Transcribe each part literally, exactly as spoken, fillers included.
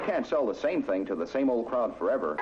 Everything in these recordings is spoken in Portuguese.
Can't sell the same thing to the same old crowd forever.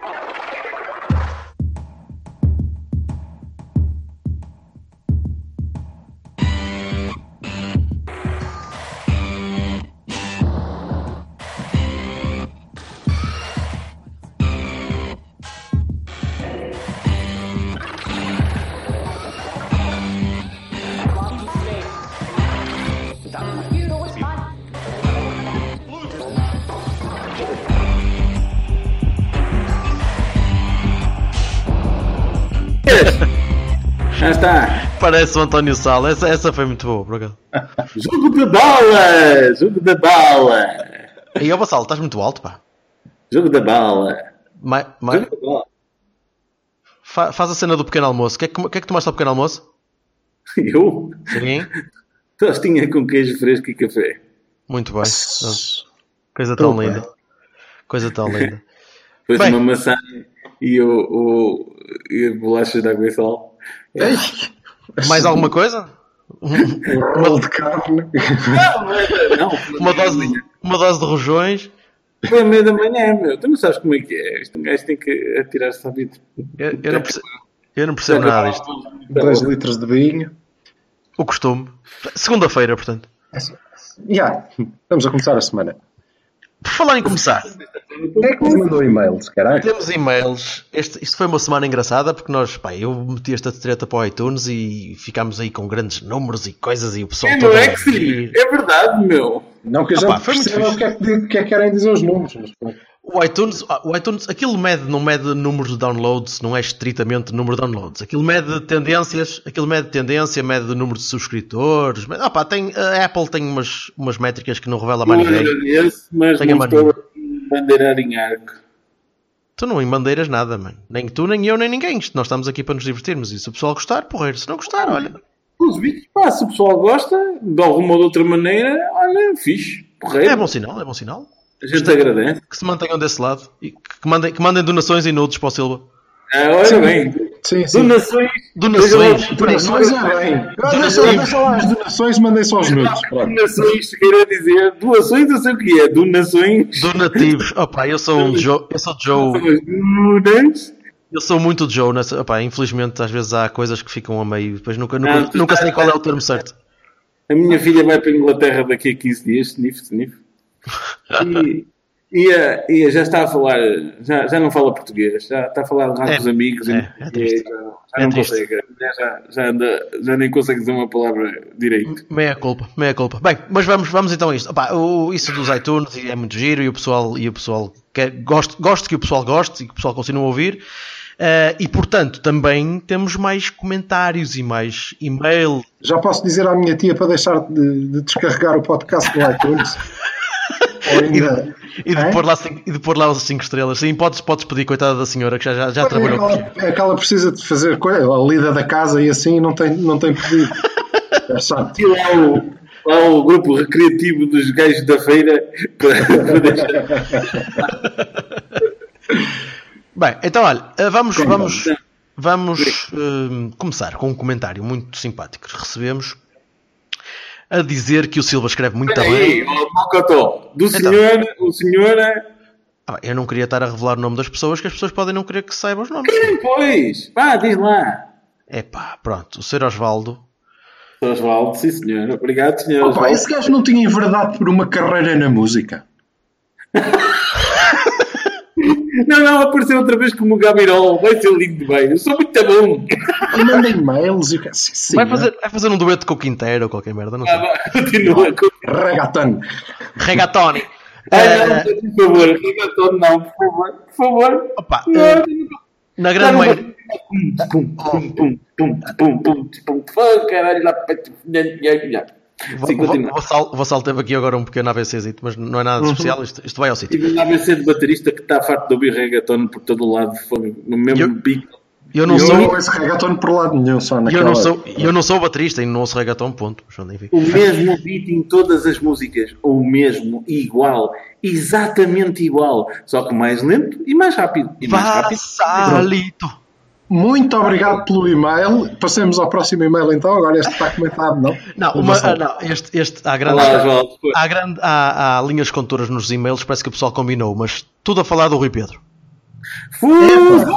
Já está. Parece o António Sala. Essa, essa foi muito boa, por acaso. Jogo de bola! Jogo de bola! E ó, Vassalo, estás muito alto, pá. Jogo da bola. Mais, mais... Jogo da bola. Fa- faz a cena do pequeno almoço. O que é que, que, é que tomaste ao pequeno almoço? Eu? Sim. Tostinha com queijo fresco e café. Muito bem. Coisa tão Opa. linda. Coisa tão linda. Depois Bem. uma maçã e, o, o, e a bolacha de água e sal. Mais alguma coisa? Um rolo de carne. Não, não é. Não, Uma dose de, uma dose de rojões. foi a meia da manhã, meu. Tu não sabes como é que é. Este gajo tem que atirar-se à vida. Eu, eu não percebo, eu não percebo nada disto. dois litros de vinho. O costume. Segunda-feira, portanto. Já, vamos a começar a semana. Por falar em começar, Quem é que nos mandou e-mails, caralho? temos e-mails. Este, isto foi uma semana engraçada porque nós, pá, eu meti esta treta para o iTunes e ficámos aí com grandes números e coisas e o pessoal É, todo não a é que sim. rir. É verdade, meu. Não que eu já Opa, foi muito perceba o fixe. que é que, digo- o que é que querem dizer os números. Mas, pronto. O iTunes, o iTunes, aquilo mede, não mede números de downloads, não é estritamente número de downloads. Aquilo mede tendências, aquilo mede tendência, mede o número de subscritores. Mede, ah, pá, tem, a Apple tem umas, umas métricas que não revela mais Eu ninguém. agradeço, mas Tenho a não mania. estou a bandeirar em arco. Tu não embandeiras nada, mano. Nem tu, nem eu, nem ninguém. Isto, nós estamos aqui para nos divertirmos. E se o pessoal gostar, porreiro. Se não gostar, olha. Os vídeos, pá, se o pessoal gosta, de alguma ou de outra maneira, olha, fixe, porreiro. É bom sinal, é bom sinal. A gente agradece. Que se mantenham desse lado. E que mandem, que mandem donações e nudes para o Silva. Ah, olha Sim. bem, Sim, sim. donações. Donações. Donações é bem. Deixa, deixa lá as donações, mandem só os nudes. Pronto. Donações, queira dizer, doações, eu sei o que é, donações. Donativos. Opa, eu sou um Joe. Eu sou Joe. Donas. Eu sou muito Joe nessa. Opa, infelizmente, às vezes há coisas que ficam a meio. Depois nunca, nunca, Não, tu nunca estás- sei qual é o termo certo. A minha filha vai para a Inglaterra daqui a quinze dias, sniff, sniff. E, e, a- e a já está a falar, já, já não fala português, já está a falar lá É, com os amigos. é, e, é triste. e já, já É não triste. consegue, já, já, anda, já nem consegue dizer uma palavra direito. Meia culpa, meia culpa. Bem, mas vamos, vamos então a isto. Opa, o, isso dos iTunes é muito giro e o pessoal, e o pessoal quer, gosto, gosto que o pessoal goste e que o pessoal continue a ouvir. Eh, e portanto também temos mais comentários e mais e-mail. Já posso dizer à minha tia para deixar de, de descarregar o podcast do iTunes? Ou ainda... E de, É? pôr lá, cinco- e de pôr lá os cinco estrelas. Sim, podes, podes pedir, coitada da senhora que já, já, já trabalhou com Ela, é que ela precisa de fazer coisa, a lida da casa e assim não tem, não tem pedido. É chato. E lá o, lá o grupo recreativo dos gajos da feira para, para deixar. Bem, então olha, eh, vamos, Sim, vamos, vamos eh, começar com um comentário muito simpático que recebemos a dizer que o Silva escreve muito Aí, bem. ó, Mocotó, do Então. senhor, o senhor é. Ah, bem, eu não queria estar a revelar o nome das pessoas, que as pessoas podem não querer que se saibam os nomes. Quem pois? Vá, diz lá. Epá, pronto, o senhor Osvaldo. Sr. Osvaldo, sim senhor. Obrigado, senhor Opa, Osvaldo. esse gajo não tinha enverdado por uma carreira na música. Não, não, apareceu outra vez como o Gabirol. Vai ser lindo bem. Eu sou muito bom. E manda e-mails e o que sim, sim, Vai né? fazer, vai fazer um dueto com o Quintero ou qualquer merda, não sei. Ah, vá, continua. Reggaeton. Regatoni. Ai, Eh, não, por favor. Reggaeton não, por favor. Por favor. opa, Não, eh, na grande não, maioria. Pum, pum, pum, pum, pum, pum, pum. Oh, caralho, lá. Sim, O continua. Vassal, o Vassal teve aqui agora um pequeno AVCzito, mas não é nada de especial, isto, isto vai ao sítio. Tive um A B C de baterista que está farto de ouvir reggaeton por todo o lado. Foi no mesmo Eu- bico. Eu não eu sou. não ouço reggaeton por lado nenhum, só Eu naquela... não sou, eu não sou baterista e não ouço reggaeton, ponto. Mas, enfim. O mesmo beat em todas as músicas. O mesmo, igual. Exatamente igual. Só que mais lento e mais rápido. E mais rápido. Vassalito. Muito obrigado pelo e-mail. Passemos ao próximo e-mail então. Agora este está comentado, não? Não, uma, ah, não este, este há, grande, Olá, João. há, grande, há, há linhas contoras nos e-mails, parece que o pessoal combinou, mas tudo a falar do Rui Pedro. Fusão!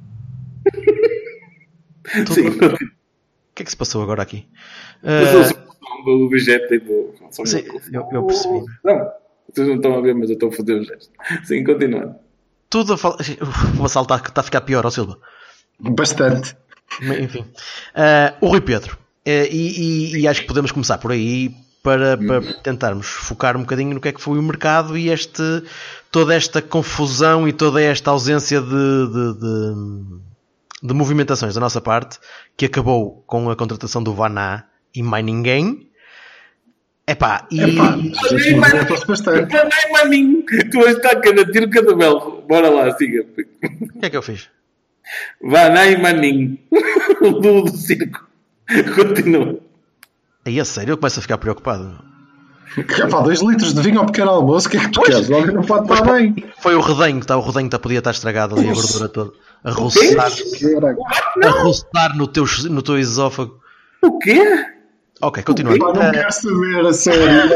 Sim, O que é que se passou agora aqui? Mas Uh, eu sou do objeto e do. sim, eu, eu percebi. Não, vocês não estão a ver, mas eu estou a fazer o gesto. Sim, continuando. Tudo a falar. O Vassal está, está a ficar pior, ó Silva. Bastante. Enfim. Uh, o Rui Pedro. Uh, e, e, e acho que podemos começar por aí para, para tentarmos focar um bocadinho no que é que foi o mercado e este, toda esta confusão e toda esta ausência de, de, de, de movimentações da nossa parte, que acabou com a contratação do Vaná e mais ninguém. Epá, e... Epá, isto movimentou-se bastante. Ai, maninho, tu vais estar cada tiro, cada belo. Bora lá, siga. O que é que eu fiz? Vanai Maninho. do, do circo. Continua. Aí, a sério, eu começo a ficar preocupado. Epá, dois litros de vinho ao pequeno almoço, o que é que tu Pois. queres? O homem não pode estar bem. Foi o redenho, tá, o redenho tá, podia estar estragado ali, a gordura toda. A roçar, Caralho. a roçar no teu, no teu esófago. O quê? Ok, continua. Epá, não Eh, quero saber, a sério.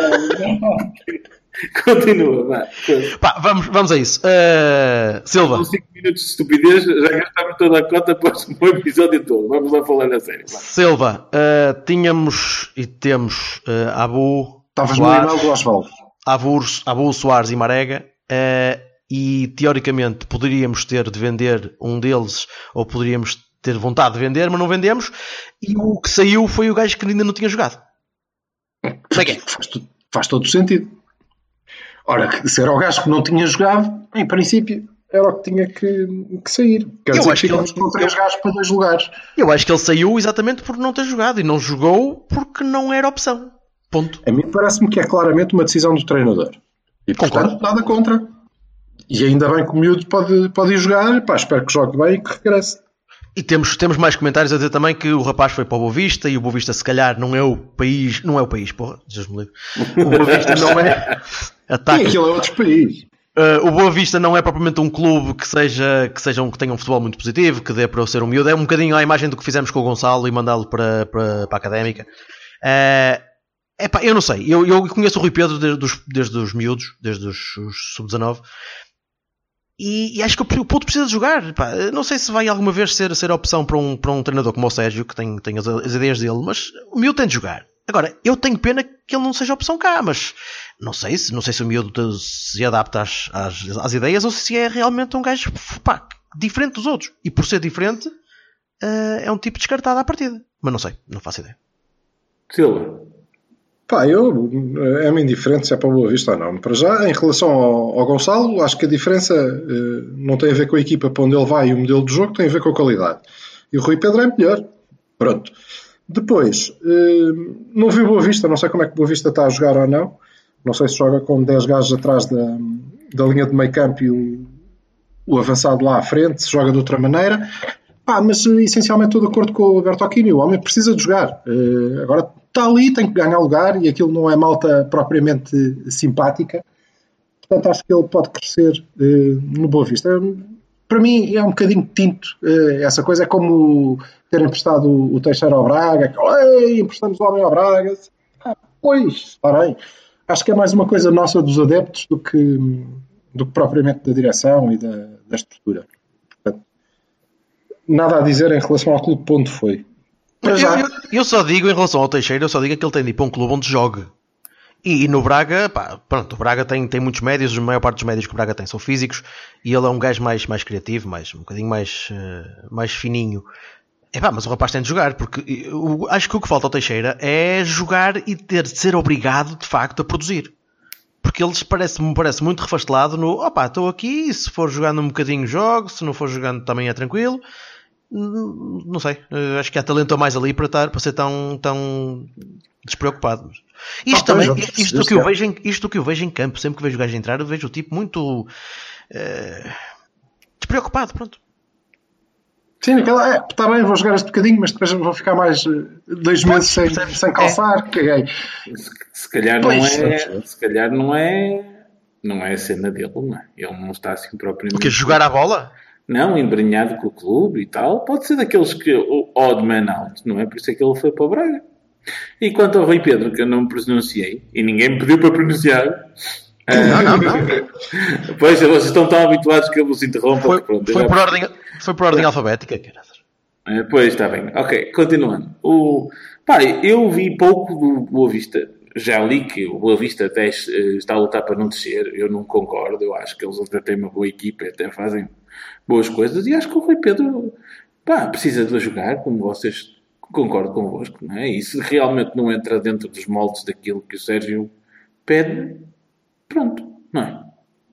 Continua, vá. pá, vamos, vamos a isso. Eh, Silva, São cinco minutos de estupidez, já gastámos toda a cota para o episódio todo. Vamos lá falar a sério. Vá. Silva, eh, tínhamos e temos eh, Abu, Estavas no Soares, e-mail do Osvaldo. Abu, Abu Soares e Marega, eh, e teoricamente poderíamos ter de vender um deles, ou poderíamos ter vontade de vender, mas não vendemos, e o que saiu foi o gajo que ainda não tinha jogado. Como é que é? Faz, tu- faz todo o sentido. Ora, que- se era o gajo que não tinha jogado, em princípio, era o que tinha que, que sair. Quer Eu dizer, acho que ficamos ele- com três gajos para dois lugares. Eu acho que ele saiu exatamente por não ter jogado, e não jogou porque não era opção. Ponto. A mim parece-me que é claramente uma decisão do treinador. E, portanto, Concordo. nada contra. E ainda bem que o miúdo pode, pode ir jogar. Pá, espero que jogue bem e que regresse. E temos, temos mais comentários a dizer também que o rapaz foi para o Boa Vista e o Boa Vista se calhar não é o país, não é o país, porra, Deus me livre. O Boa Vista não é E ataque. aquilo é outro país. Uh, o Boa Vista não é propriamente um clube que seja que seja um, que tenha um futebol muito positivo, que dê para eu ser um miúdo. É um bocadinho a imagem do que fizemos com o Gonçalo e mandá-lo para, para, para a Académica. Uh, epá, eu não sei. Eu, eu conheço o Rui Pedro desde os, desde os miúdos, desde os, os sub dezanove. E, e acho que o puto precisa de jogar. Pá, não sei se vai alguma vez ser, ser opção para um, para um treinador como o Sérgio, que tem, tem as, as ideias dele, mas o miúdo tem de jogar. Agora, eu tenho pena que ele não seja opção cá, mas não sei se, não sei se o miúdo se adapta às, às, às ideias ou se é realmente um gajo pá, diferente dos outros. E por ser diferente, uh, é um tipo descartado à partida. Mas não sei, não faço ideia. Silva. Pá, eu é-me indiferente se é para o Boa Vista ou não. Para já, em relação ao, ao Gonçalo, acho que a diferença eh, não tem a ver com a equipa para onde ele vai e o modelo de jogo, tem a ver com a qualidade. E o Rui Pedro é melhor. Pronto. Depois, eh, não vi o Boa Vista, não sei como é que o Boa Vista está a jogar ou não. Não sei se joga com dez gajos atrás da, da linha de meio campo e o, o avançado lá à frente, se joga de outra maneira. Pá, mas essencialmente estou de acordo com o Bertocchini. O homem precisa de jogar. Eh, agora está ali, tem que ganhar lugar e aquilo não é malta propriamente simpática. Portanto, acho que ele pode crescer eh, no Boa Vista. Para mim é um bocadinho tinto. Eh, essa coisa é como ter emprestado o, o Teixeira ao Braga. Ei, emprestamos o homem ao Braga. Ah, pois, está bem. Acho que é mais uma coisa nossa dos adeptos do que, do que propriamente da direção e da, da estrutura. Portanto, nada a dizer em relação ao clube para onde foi. Eu, Já. eu, eu só digo em relação ao Teixeira, eu só digo que ele tem de ir para um clube onde jogue. E, e no Braga, pá, pronto, o Braga tem, tem muitos médios, a maior parte dos médios que o Braga tem são físicos e ele é um gajo mais, mais criativo, mais, um bocadinho mais, uh, mais fininho. É pá, mas o rapaz tem de jogar, porque eu, acho que o que falta ao Teixeira é jogar e ter de ser obrigado, de facto, a produzir. Porque ele parece, me parece muito refastelado no, opá, estou aqui, se for jogando um bocadinho jogo, se não for jogando também é tranquilo. Não sei, acho que há talento a mais ali para, estar, para ser tão, tão despreocupado. Isto Ah, também, pois, isto, isto, Deus que eu quer. vejo em, isto que eu vejo em campo, sempre que vejo o gajo entrar, eu vejo o tipo muito uh, despreocupado, pronto. Sim, aquela, é, está bem, vou jogar este bocadinho, mas depois vou ficar mais eh, dois meses sem, sem calçar, caguei. Se, se calhar Pois, não é. sim. Se calhar não é. Não é a cena dele, não é? Ele não está assim propriamente. O quê? Jogar a bola? não embrenhado com o clube e tal, pode ser daqueles que o odd man out, não é? Por isso é que ele foi para o Braga. E quanto ao Rui Pedro, que eu não pronunciei, e ninguém me pediu para pronunciar... Não, não, não. Pois, vocês estão tão habituados que eu vos interrompo. Foi, pronto, foi, já... por, ordem, foi por ordem alfabética, caralho. É, pois, está bem. Ok, continuando. O... Pá, eu vi pouco do Boa Vista. Já li que o Boa Vista até está a lutar para não descer. Eu não concordo. Eu acho que eles até têm uma boa equipa, até fazem boas coisas. E acho que o Rui Pedro, pá, precisa de jogar, como vocês, concordo convosco, não é? E se realmente não entra dentro dos moldes daquilo que o Sérgio pede, pronto, não é?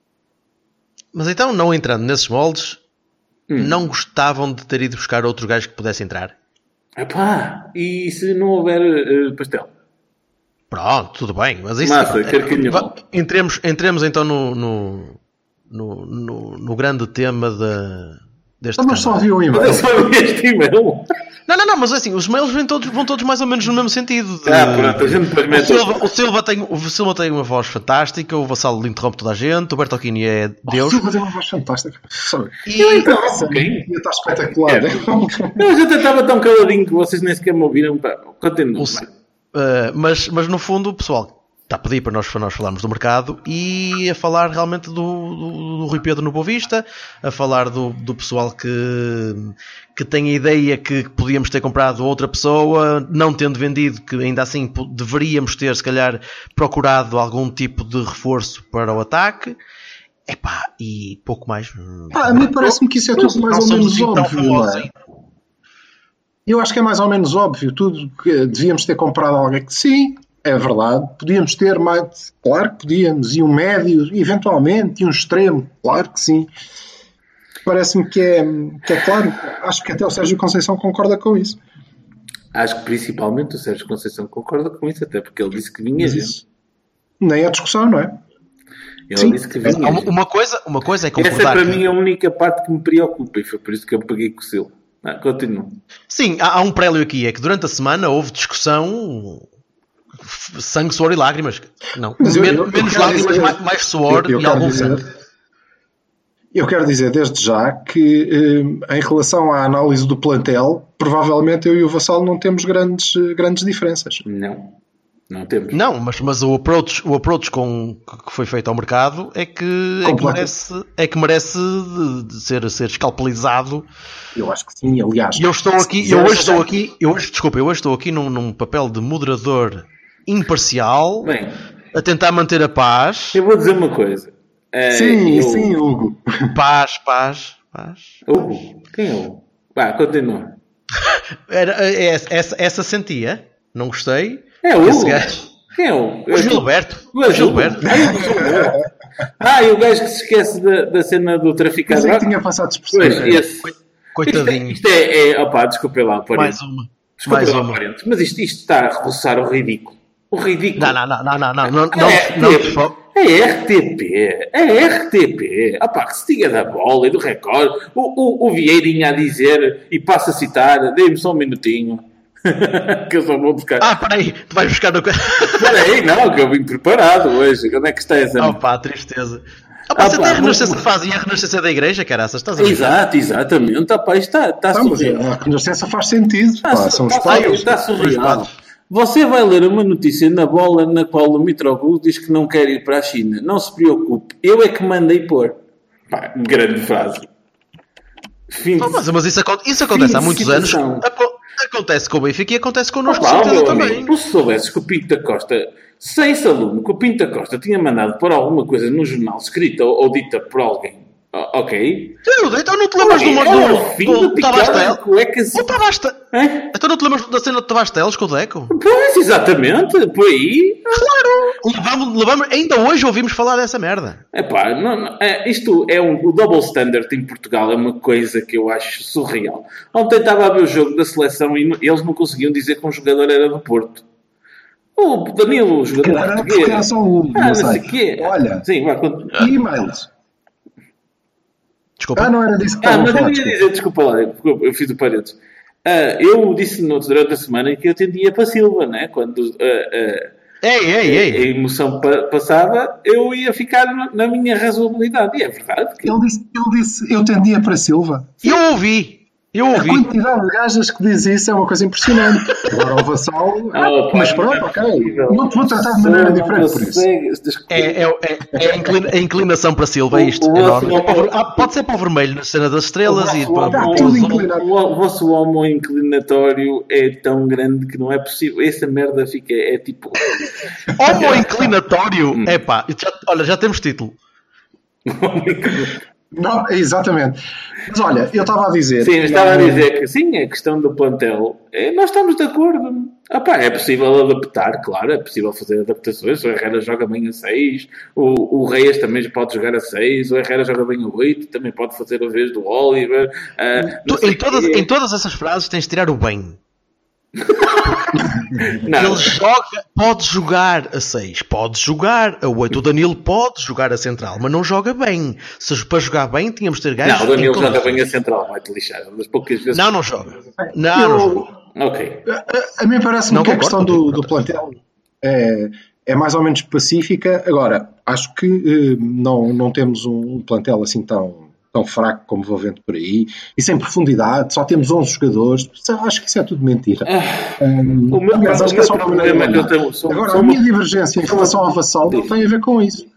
Mas então, não entrando nesses moldes, hum. não gostavam de ter ido buscar outro gajo que pudesse entrar? Epá, e se não houver uh, pastel? Pronto, tudo bem, mas isso... Massa, é, carcanhol. entremos, entremos então no, no, no, no, no grande tema de, deste Mas só vi um Mas e-mail. eu só vi este e-mail. Não, não, não, mas assim, os mails vêm todos, vão todos mais ou menos no mesmo sentido. De... Ah, pronto, a gente depois o, mete... Silva, o, Silva tem, o Silva tem uma voz fantástica, o Vassalo interrompe toda a gente, o Bertolini é Deus. O Silva tem uma voz fantástica. Sabe? E... Eu então, Ia estar espetacular. É. Não, eu até estava tão caladinho que vocês nem sequer me ouviram. Continuem. Uh, mas, mas no fundo, o pessoal está a pedir para nós, para nós falarmos do mercado e a falar realmente do, do, do Rui Pedro no Boa Vista, a falar do, do pessoal que, que tem a ideia que podíamos ter comprado outra pessoa, não tendo vendido, que ainda assim deveríamos ter, se calhar, procurado algum tipo de reforço para o ataque. Epá, e pouco mais. Ah, a mim parece-me que isso é tudo mais ou menos óbvio, não é? Eu acho que é mais ou menos óbvio. Tudo que devíamos ter comprado alguém que sim, é verdade. Podíamos ter mais, claro que podíamos, e um médio, eventualmente, e um extremo, claro que sim. Parece-me que é, que é claro. Acho que até o Sérgio Conceição concorda com isso. Acho que principalmente o Sérgio Conceição concorda com isso, até porque ele disse que vinha gente. Nem é discussão, não é? Ele sim. disse que vinha uma, gente. uma, coisa, uma coisa é concordar. Essa é para que... mim a única parte que me preocupa e foi por isso que eu peguei com o Silva. Ah, continua. Sim, há, há um prélio aqui, é que durante a semana houve discussão, sangue, suor e lágrimas. Não, Men- eu, eu, menos eu lágrimas, dizer, mais, mais suor eu, eu e algum dizer, sangue. Eu quero dizer desde já que eh, em relação à análise do plantel, provavelmente eu e o Vassalo não temos grandes, grandes diferenças. Não, não temos. Não, mas, mas o approach, o approach com, que foi feito ao mercado é que, é que merece, é que merece de, de ser, ser escalpelizado. Eu acho que sim, aliás. E eu estou aqui, eu hoje estou aqui, eu hoje, desculpa, eu hoje estou aqui num, num papel de moderador imparcial, Bem, a tentar manter a paz. eu vou dizer uma coisa. Uh, Sim, eu... sim, Hugo. Paz, paz, paz. Hugo? Quem é Hugo? Vá, continua. Era, essa, essa, essa sentia, não gostei. É o Esse Hugo? gajo. Quem é o O Gilberto. O O Gilberto. Ah, e o gajo que se esquece da, da cena do traficado. Mas é que tinha passado despercebido. Pois, esse. Coitadinho. Isto é, isto é, é opá, desculpem lá, Mais parente. uma. Desculpem Mais lá, uma. parente. Mas isto, isto está a roçar o ridículo. O ridículo. Não, não, não, não, não, não, não, É, não, é, não, é R T P, é R T P. Opá, que se diga da bola e do recorde. O, o, o Vieirinha a dizer, e passo a citar, dê-me só um minutinho. Que eu só vou buscar. Ah, peraí, tu vais buscar no... Espera aí, não, que eu vim preparado hoje. Onde é que está essa? Oh pá, tristeza. Ah, pá, Ah, você pá, tem a renascença não- de fase e a renascença da igreja, caraças, estás a ver? Exato, exatamente. Opá, isto está, está Não, mas surreal. a renascença faz sentido. Está, Pá, são os está, pais. está surreal. Você vai ler uma notícia na bola na qual o Mitroglou diz que não quer ir para a China. Não se preocupe, eu é que mandei pôr. Pá, grande frase. Fim Ah, de... mas, mas isso, acon- isso acontece Fim há de muitos anos. situação. Aco- Acontece com o Benfica e acontece connosco, Opa, de certeza, meu também. amigo, tu se soubesses que o Pinto da Costa, sem esse aluno, que o Pinto da Costa tinha mandado por alguma coisa no jornal, escrita ou, ou dita por alguém, o- ok? Então, então não te lembras do, Era o do, fim do, da do picada de Tabastel? cuecas. O Tabastel. Hã? Então não te lembras da cena do Tabastelos com o Deco? Pois, exatamente, por aí. Levamos, levamos, ainda hoje ouvimos falar dessa merda. Epá, não, não, é, isto é um, o double standard em Portugal é uma coisa que eu acho surreal. Ontem estava a ver o jogo da seleção e não- eles não conseguiam dizer que um jogador era do Porto. O Danilo, o jogador Cara, português. porque era só um, Ah, não não sei sei. o quê. Olha. Sim, vai, continua. E e-mails? Desculpa. Ah, não era disso que Ah, estavam a mas eu falar. ia desculpa. dizer, desculpa lá, eu eu fiz o parênteses. Ah, eu disse no, durante a semana que eu tendia para Silva, né? Quando ah, ah, Ei, ei, ei. a emoção pa- passava, eu ia ficar na- na minha razoabilidade. E é verdade. Que... Ele disse, ele disse, eu tendia para Silva. Eu ouvi. Eu A ouvi. quantidade de gajas que diz isso é uma coisa impressionante. Agora o Vassal... Ah, mas pá, pronto, ok. Não te vou tratar de maneira diferente por isso. É, é, é, é a, inclina- a inclinação para Silva, é isto. O- o É vosso- enorme. É para o ver- ah, pode ser para o vermelho na cena das estrelas e para, Está para tudo o azul. inclinado. O, o vosso homo inclinatório é tão grande que não é possível. Essa merda fica. É tipo. Homo inclinatório. Epá, já, olha, já temos título. Não, exatamente. Mas olha, eu estava a dizer... Sim, estava a dizer que sim, a questão do plantel. É, nós estamos de acordo. Ah, pá, é possível adaptar, claro, é possível fazer adaptações. O Herrera joga bem a seis, o, o Reis também pode jogar a seis, o Herrera joga bem a oito, também pode fazer a vez do Oliver. ah, não Tu- sei em, todas, quê. em todas essas frases tens de tirar o bem. Não, Ele joga, pode jogar a seis, pode jogar a oito. O Danilo pode jogar a central, mas não joga bem. Se para jogar bem, tínhamos de ter gajos. não, o Danilo em joga condições. bem a central, vai-te lixar. Das poucas vezes. Não, não joga. Não, não Eu- joga. Ok. A, a- a mim parece-me Não que a concordo questão do, contigo. do plantel é, é mais ou menos pacífica. Agora, acho que eh, não, não temos um, um plantel assim tão, tão fraco como vou vendo por aí e sem profundidade. Só temos onze jogadores. Acho que isso é tudo mentira. Um, O meu, aliás, o acho que é meu só uma maneira problema é de que eu olhar. tenho. Sou, Agora, sou a uma- minha divergência em relação ao Vassal não tem a ver com isso.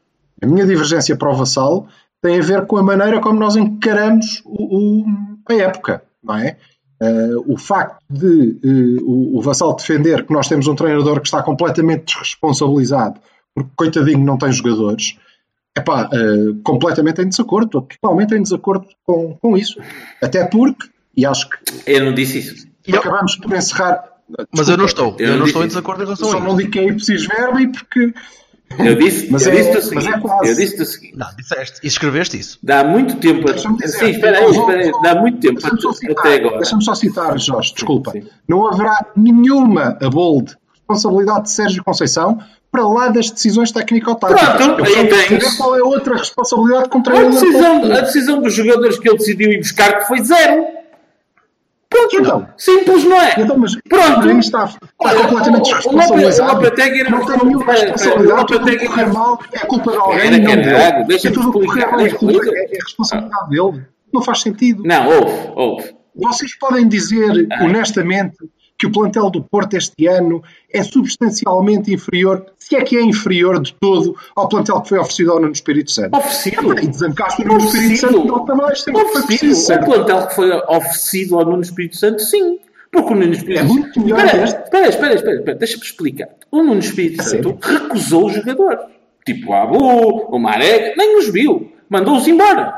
A minha divergência para o Vassal tem a ver com a maneira como nós encaramos o, o- a época, não é? Uh, o facto de uh, o, o Vassal defender que nós temos um treinador que está completamente desresponsabilizado porque, coitadinho, não tem jogadores, epá, uh, completamente em desacordo, estou totalmente em desacordo com, com isso. Até porque, e acho que Eu não disse isso. Eu- acabamos por encerrar... Mas eu não estou. eu Eu, não não disse estou em isso. desacordo em relação Só a não isso. digo que é ipsis verbi porque... Eu disse, Mas eu é- disse o mas seguinte. é quase. Eu disse o seguinte. Não, disseste. E escreveste isso. Dá muito tempo. A... Deixa-me dizer. Sim, espera aí, espera aí. Dá muito tempo Deixa-me só a- citar, até agora. deixa-me só citar, Jorge, desculpa. sim. Não haverá nenhuma a bold responsabilidade de Sérgio Conceição para lá das decisões técnico-táticas. Pronto, Eu aí só quero tens. saber qual é outra responsabilidade que um A treinador decisão, pode a ter. decisão dos jogadores que ele decidiu ir buscar que foi zero. Pronto, Então. simples, não é? Então, mas Pronto. aí está, está Olha, completamente o- o- o desresponsabilizado. Lope- o Lopetegui era- Não tem nenhuma espera, espera, responsabilidade. o Tudo o que Lopetegui- correr mal é culpa de alguém. Era não caralho, dele. deixa-me E tudo o que correr explicar, mal é, culpa, deixa-me- é, é responsabilidade dele. Não faz sentido. Não, houve, houve. Vocês podem dizer, Ah. honestamente, que o plantel do Porto este ano é substancialmente inferior, se é que é inferior de todo, ao plantel que foi oferecido ao Nuno Espírito Santo. Oferecido. E desencaste o Nuno Espírito Santo não está mais, sempre foi preciso, Oferecido. O certo? plantel que foi oferecido ao Nuno Espírito Santo, sim. Porque o Nuno Espírito É muito melhor Espera, que este. espera, espera, espera, espera, deixa-me explicar. O Nuno Espírito A Santo sério? recusou os jogadores. Tipo o Abu, o Marek, nem os viu. Mandou-os embora.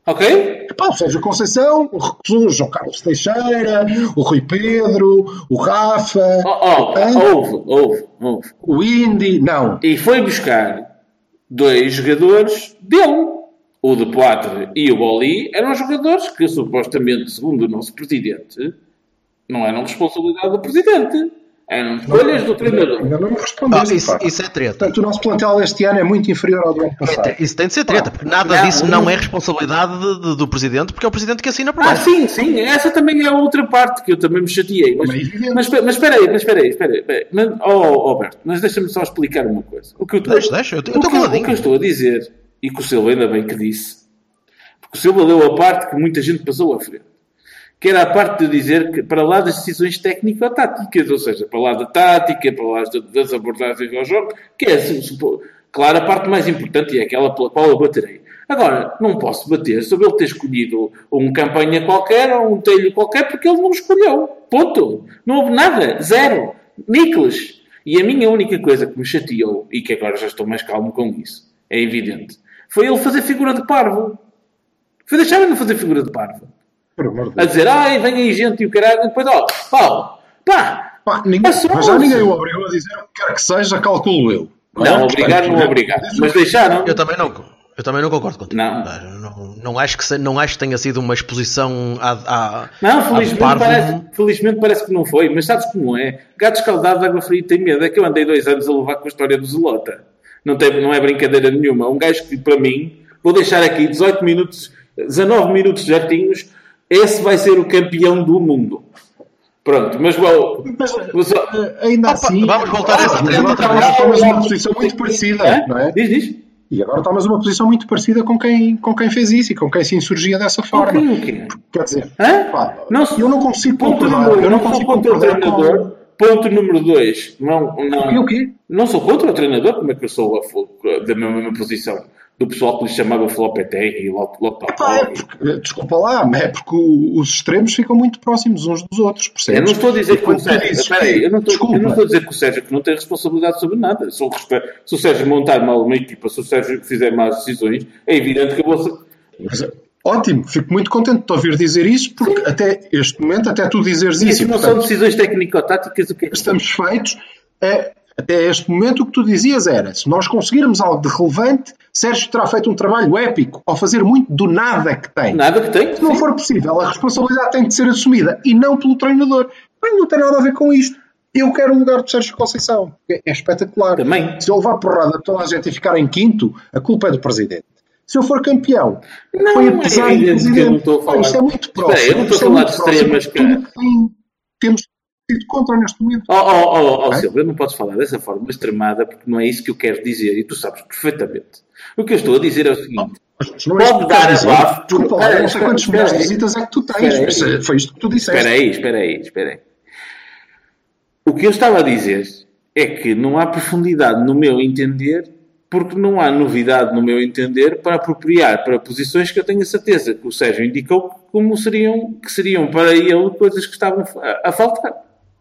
Ok? Epá, o Sérgio Conceição, o recusou o João Carlos Teixeira, o Rui Pedro, o Rafa, Oh, oh, Hã? houve, houve, houve. o Indy, não. E foi buscar dois jogadores dele. O de Poitre e o Boli eram jogadores que, supostamente, segundo o nosso presidente, não eram responsabilidade do presidente. Eram escolhas do treinador. Ainda não me Ah, respondeste, isso, pá. isso é treta. Portanto, o nosso plantel este ano é muito inferior ao do ano passado. Isso tem de ser treta, porque nada Não, disso não. não é responsabilidade de- de- do presidente, porque é o presidente que assina por Ah, nós. sim, sim. Essa também é a outra parte que eu também me chateei. Mas, Como é evidente. mas, mas espera aí, mas espera aí. Espera aí, espera aí. Mas, oh, Alberto, mas deixa-me só explicar uma coisa. O que eu estou, Deixa, deixa, eu o estou que eu- caladinho. o que eu estou a dizer, e que o Silva ainda bem que disse, porque o Silva leu a parte que muita gente passou à frente, que era a parte de dizer que para lá das decisões técnico-táticas, ou seja, para lá da tática, para lá das- das abordagens ao jogo, que é, assim, supo- claro, a parte mais importante e é aquela pela qual eu baterei. Agora, não posso bater sobre ele ter escolhido um campanha qualquer ou um telho qualquer porque ele não o escolheu. Ponto. Não houve nada. Zero. Níqueles. E a minha única coisa que me chateou, e que agora já estou mais calmo com isso, é evidente, foi ele fazer figura de parvo. Foi deixar-me não fazer figura de parvo. Por amor de A Deus. dizer, ai, vem aí gente e o caralho, e depois, ó, Paulo, pá, Pá, ninguém, passou-se. mas já ninguém o obrigou a dizer o que quer que seja, calculo eu. Não, é? obrigar não Portanto, obrigar. Mas deixaram. Eu também não, eu também não concordo contigo. Não. Não, não acho que se- não acho que tenha sido uma exposição à, à, Não, à felizmente parvo. parece, felizmente parece que não foi, mas sabes como é? Gato escaldado de água fria tem medo. É que eu andei dois anos a levar com a história do Zelota. Não, tem, não é brincadeira nenhuma. Um gajo que, para mim, vou deixar aqui dezoito minutos, dezanove minutos certinhos, esse vai ser o campeão do mundo. Pronto, mas well, Mas, mas, eh, ainda Opa, assim. vamos voltar a esse Ah, mas trend agora outra vez. tomas uma posição muito parecida, não é? Diz, diz. E agora tomas uma posição muito parecida com quem, com quem fez isso e com quem se insurgia dessa forma. O quê? Quer dizer, Hã? pá, Não, eu não consigo ponto concordar. número, Eu não não sou consigo contra o concordar treinador. com... Ponto número dois. Não, não, E o quê? não sou contra o treinador. Como é que eu sou a, fo- da mesma posição do pessoal que lhe chamava Flopetegui e Lotopó? Pá, é porque, desculpa lá, mas é porque o- os extremos ficam muito próximos uns dos outros, percebes? Eu não estou a dizer E que o quando tu Sérgio. dizes Espera que- aí, eu não estou, desculpa, eu não estou a dizer que o Sérgio que não tem responsabilidade sobre nada. Se o, respe- se o Sérgio montar mal uma equipa, se o Sérgio fizer más decisões, é evidente que eu vou. mas, ótimo, fico muito contente de te ouvir dizer isso, porque até este momento, até tu dizeres isso, Isso e, não portanto, são decisões técnico-táticas. O que é que estamos feitos. É, até este momento, o que tu dizias era: se nós conseguirmos algo de relevante, Sérgio terá feito um trabalho épico ao fazer muito do nada que tem. Nada que tem. Se não for possível, a responsabilidade tem de ser assumida e não pelo treinador. Mas não tem nada a ver com isto. Eu quero o lugar de Sérgio Conceição. É, é espetacular. Também. Se eu levar porrada de toda a gente e ficar em quinto, a culpa é do presidente. Se eu for campeão, Não, foi é apesar do evidente que eu não presidente. estou a falar- Pá, isto é muito Espera próximo. aí, eu não estou a Isto é falar muito de próximo extremas, de tudo cara. que tem- temos sido contra neste momento. Oh, oh, oh, oh É? Silvio, não podes falar dessa forma extremada porque não é isso que eu quero dizer e tu sabes perfeitamente. O que eu estou a dizer é o seguinte: Mas não é isto que eu pode dar quero dizer. abafo por- Desculpa lá, Espera, eu não sei espera, quantos espera milhares de aí. visitas é que tu tens, Espera aí. mas eh, foi isto que tu disseste. Espera aí, espera aí, espera aí. O que eu estava a dizer é que não há profundidade no meu entender porque não há novidade no meu entender para apropriar para posições que eu tenho a certeza que o Sérgio indicou como seriam, que seriam para ele coisas que estavam a, a faltar.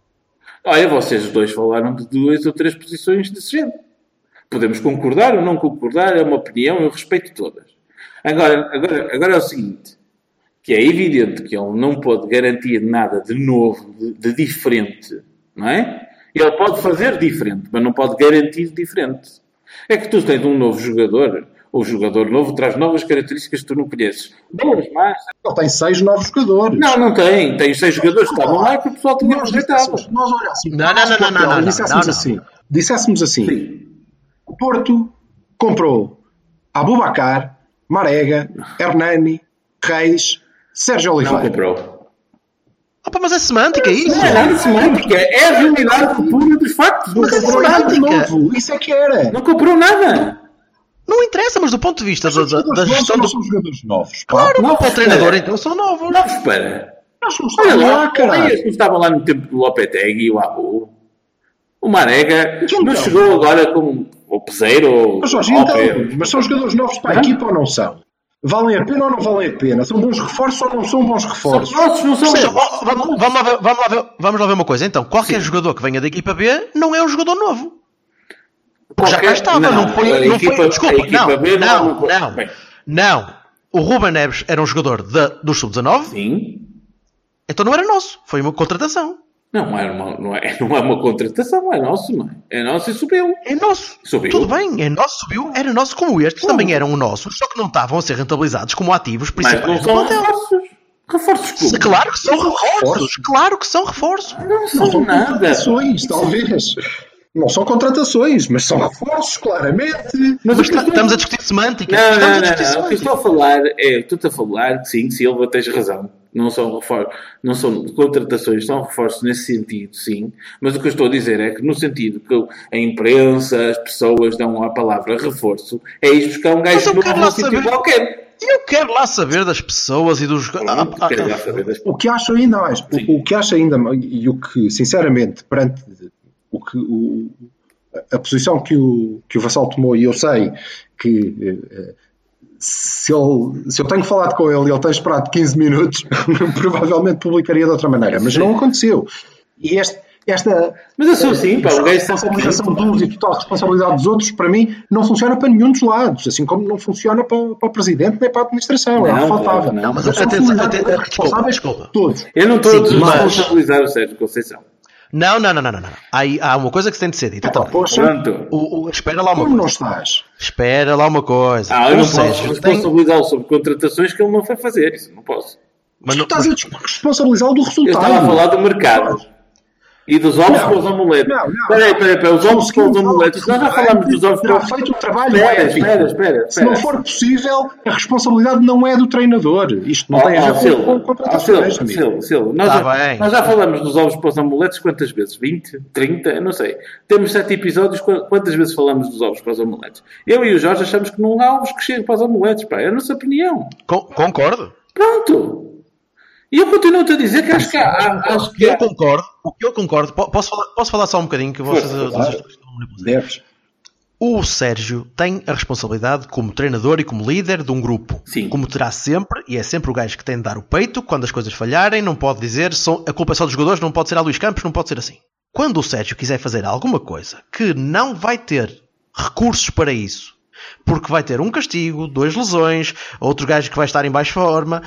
Olha, vocês dois falaram de duas ou três posições desse género. Podemos concordar ou não concordar, é uma opinião, eu respeito todas. Agora, agora, agora é o seguinte, que é evidente que ele não pode garantir nada de novo, de, de diferente, não é? Ele pode fazer diferente, mas não pode garantir diferente. É que tu tens um novo jogador, ou jogador novo traz novas características que tu não conheces. Boas, mas... Ele tem seis novos jogadores. Não, não tem. Tem seis jogadores que estavam lá que o pessoal tinha Nós rejeitado. disséssemos- nós olhássemos Não, não, não, não, não, não, e disséssemos não, não. assim, disséssemos assim, Sim. o Porto comprou Abubakar, Marega, Hernani, Reis, Sérgio Não Oliveira. comprou. Opa, mas é semântica, é isso? Não é nada semântica. É a realidade pura dos factos. Não Mas é comprou nada. semântica. Novo, isso é que era. Não comprou nada. Não interessa, mas do ponto de vista da, Os da, jogadores da novos gestão não do... são jogadores novos. Claro, Não, para o espera. treinador então são novos. Não, espera. Nós somos Olha lá, lá, caralho. eles estavam lá no tempo do Lopetegui e o Abu. O Marega Então. não chegou agora com o Peseiro ou Mas, Jorge, ou então, Pedro. mas são jogadores novos para a Hã? equipa ou não são? Valem a pena ou não valem a pena? São bons reforços ou não são bons reforços? Nossos não são. Percebes? Oh, vamos, vamos, lá ver, vamos, lá ver, vamos lá ver uma coisa então. Qualquer jogador que venha da equipa B não é um jogador novo. Porque já cá Qualquer- estava, não, não, foi. a Não equipa- foi desculpa, a equipa não, B não não, é uma- não, Bem. não. O Ruben Neves era um jogador da, do sub dezanove, Sim. então não era nosso. Foi uma contratação. Não é, uma, não, é, não é uma contratação, é nosso, não é? É nosso e subiu. É nosso. Subiu. Tudo bem, é nosso, subiu. Era nosso como estes, também eram nossos, só que não estavam a ser rentabilizados como ativos Mas não principais do são plantel. reforços. Reforços como? Claro que são reforços. reforços. Claro que são reforços. Não Não são são nada. contratações, talvez. Não são contratações, mas são reforços, claramente. Mas o que está- eu- estamos a discutir semântica. Não, estamos não, a não, discutir não. O que eu semântica. estou a falar é, estou-te a falar que sim, Silva, tens razão. Não são reforços, não são contratações, são reforços nesse sentido, sim. Mas o que eu estou a dizer é que no sentido que a imprensa, as pessoas dão a palavra reforço, é isto buscar um Mas gajo eu novo quero num lá sítio saber. qualquer. Eu quero lá saber das pessoas e dos... Pronto, Ah, ah, quero ah. lá saber das- O que acho ainda mais, Sim. o, o que acho ainda mais, e o que, sinceramente, perante o que, o, a posição que o, que o Vassal tomou, e eu sei que eh, se, ele, se eu tenho falado com ele e ele tem esperado quinze minutos, provavelmente publicaria de outra maneira, mas não aconteceu. E este, esta Mas eu sou assim, pá, um gajo sempre- responsabilização de uns e total responsabilidade dos outros, para mim, não funciona para nenhum dos lados, assim como não funciona para, para o Presidente nem para a Administração, é o Não, que faltava. claro, não. Mas Eles são atenção, solidariamente atenção, desculpa, responsáveis desculpa. todos. Eu não estou a Sim, mas- responsabilizar o Sérgio Conceição. Não, não, não, não, não. não. Há, aí- há uma coisa que se tem de ser dita Então, também. poxa, Pronto. O, o- espera lá uma como não coisa. estás? Espera lá uma coisa. Ah, eu não o posso Sérgio tem... responsabilizá-lo sobre contratações que ele não foi fazer. Isso não posso. Mas Tu não, estás a responsabilizá-lo do Eu resultado. estava a falar do mercado. E dos ovos para os amuletos. Não, não. Espera aí, espera aí, espera aí. Os ovos para os amuletos. Nós já falámos dos ovos para os feito o trabalho espera, épico. espera, espera, Se não for possível, a responsabilidade não é do treinador. Isto não oh, tem a ver oh, com contratações. Silvio, Silvio, nós, tá já, nós já falamos dos ovos para os amuletos quantas vezes? vinte? trinta? Eu não sei. Temos sete episódios. Quantas vezes falamos dos ovos para os amuletos? Eu e o Jorge achamos que não há ovos que cheguem para os amuletos. Pá. É a nossa opinião. Con- concordo. Pronto. E eu continuo-te a dizer que acho que há... Acho que eu há... concordo. O que eu concordo... Posso falar, posso falar só um bocadinho? Que vocês, Foi, vocês Deves. O Sérgio tem a responsabilidade como treinador e como líder de um grupo. Sim. Como terá sempre, e é sempre o gajo que tem de dar o peito quando as coisas falharem, não pode dizer só, a culpa é só dos jogadores, não pode ser a Luís Campos, não pode ser assim. Quando o Sérgio quiser fazer alguma coisa que não vai ter recursos para isso, porque vai ter um castigo, duas lesões, outro gajo que vai estar em baixa forma...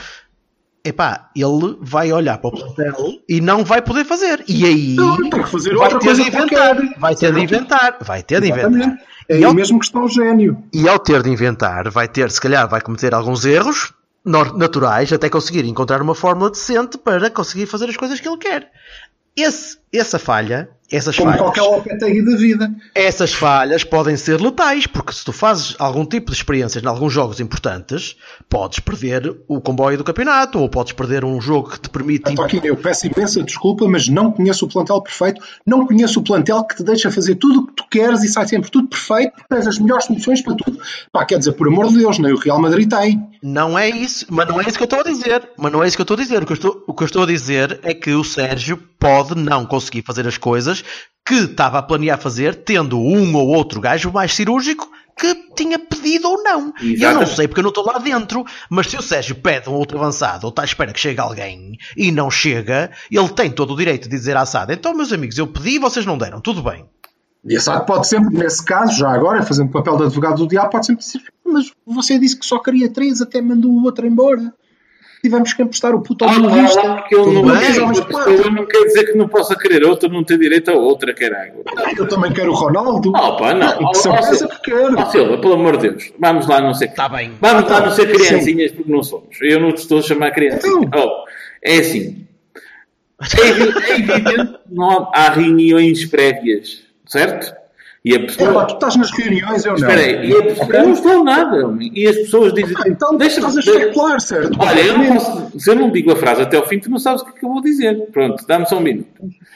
Epá, ele vai olhar para o plantel e não vai poder fazer. E aí não, tem que fazer vai outra ter coisa de inventar. qualquer. Vai ter de inventar. Vai ter de Exatamente. inventar. É e aí ao, mesmo que está o gênio. E ao ter de inventar, vai ter, se calhar, vai cometer alguns erros naturais até conseguir encontrar uma fórmula decente para conseguir fazer as coisas que ele quer. Esse, essa falha, essas Como falhas, qualquer Lopetegui da vida. essas falhas podem ser letais, porque se tu fazes algum tipo de experiências em alguns jogos importantes, podes perder o comboio do campeonato, ou podes perder um jogo que te permite... Aqui, eu peço imensa desculpa, mas não conheço o plantel perfeito, não conheço o plantel que te deixa fazer tudo o que tu queres e sai sempre tudo perfeito, porque tens as melhores soluções para tudo. Pá, quer dizer, por amor de Deus, nem o Real Madrid tem. Não é isso, mas não é isso que eu estou a dizer. Mas não é isso que eu estou a dizer. O que eu estou, o que eu estou a dizer é que o Sérgio pode não conseguir fazer as coisas que estava a planear fazer, tendo um ou outro gajo mais cirúrgico que tinha pedido ou não. E eu não sei porque eu não estou lá dentro, mas se o Sérgio pede um outro avançado ou está à espera que chegue alguém e não chega, ele tem todo o direito de dizer à S A D: então, meus amigos, eu pedi e vocês não deram, tudo bem. E a S A D pode sempre, nesse caso, já agora, fazendo o papel de advogado do diabo, pode sempre dizer: mas você disse que só queria três, até mandou o outro embora. Tivemos que emprestar o puto ao jornalista. Ah, porque ele não, eu não quer dizer que não possa querer outro, não ter direito a outra, caralho. Eu também quero o Ronaldo. Oh, pá, não. Que certeza que quero. Ó, Silva, pelo amor de Deus, vamos lá não ser... Está bem. Vamos lá não ser criancinhas, porque não somos. Eu não te estou a chamar criancinha. Oh, é assim. É evidente que não há, há reuniões prévias, certo? E a pessoa... É, pá, tu estás nas reuniões, eu não. Espera aí, e a pessoa... okay. Eu não estou nada, homem. E as pessoas dizem... Ah, então deixa-me estás a especular, certo? Olha, eu não posso... se eu não digo a frase até ao fim, tu não sabes o que é que eu vou dizer. Pronto, dá-me só um minuto.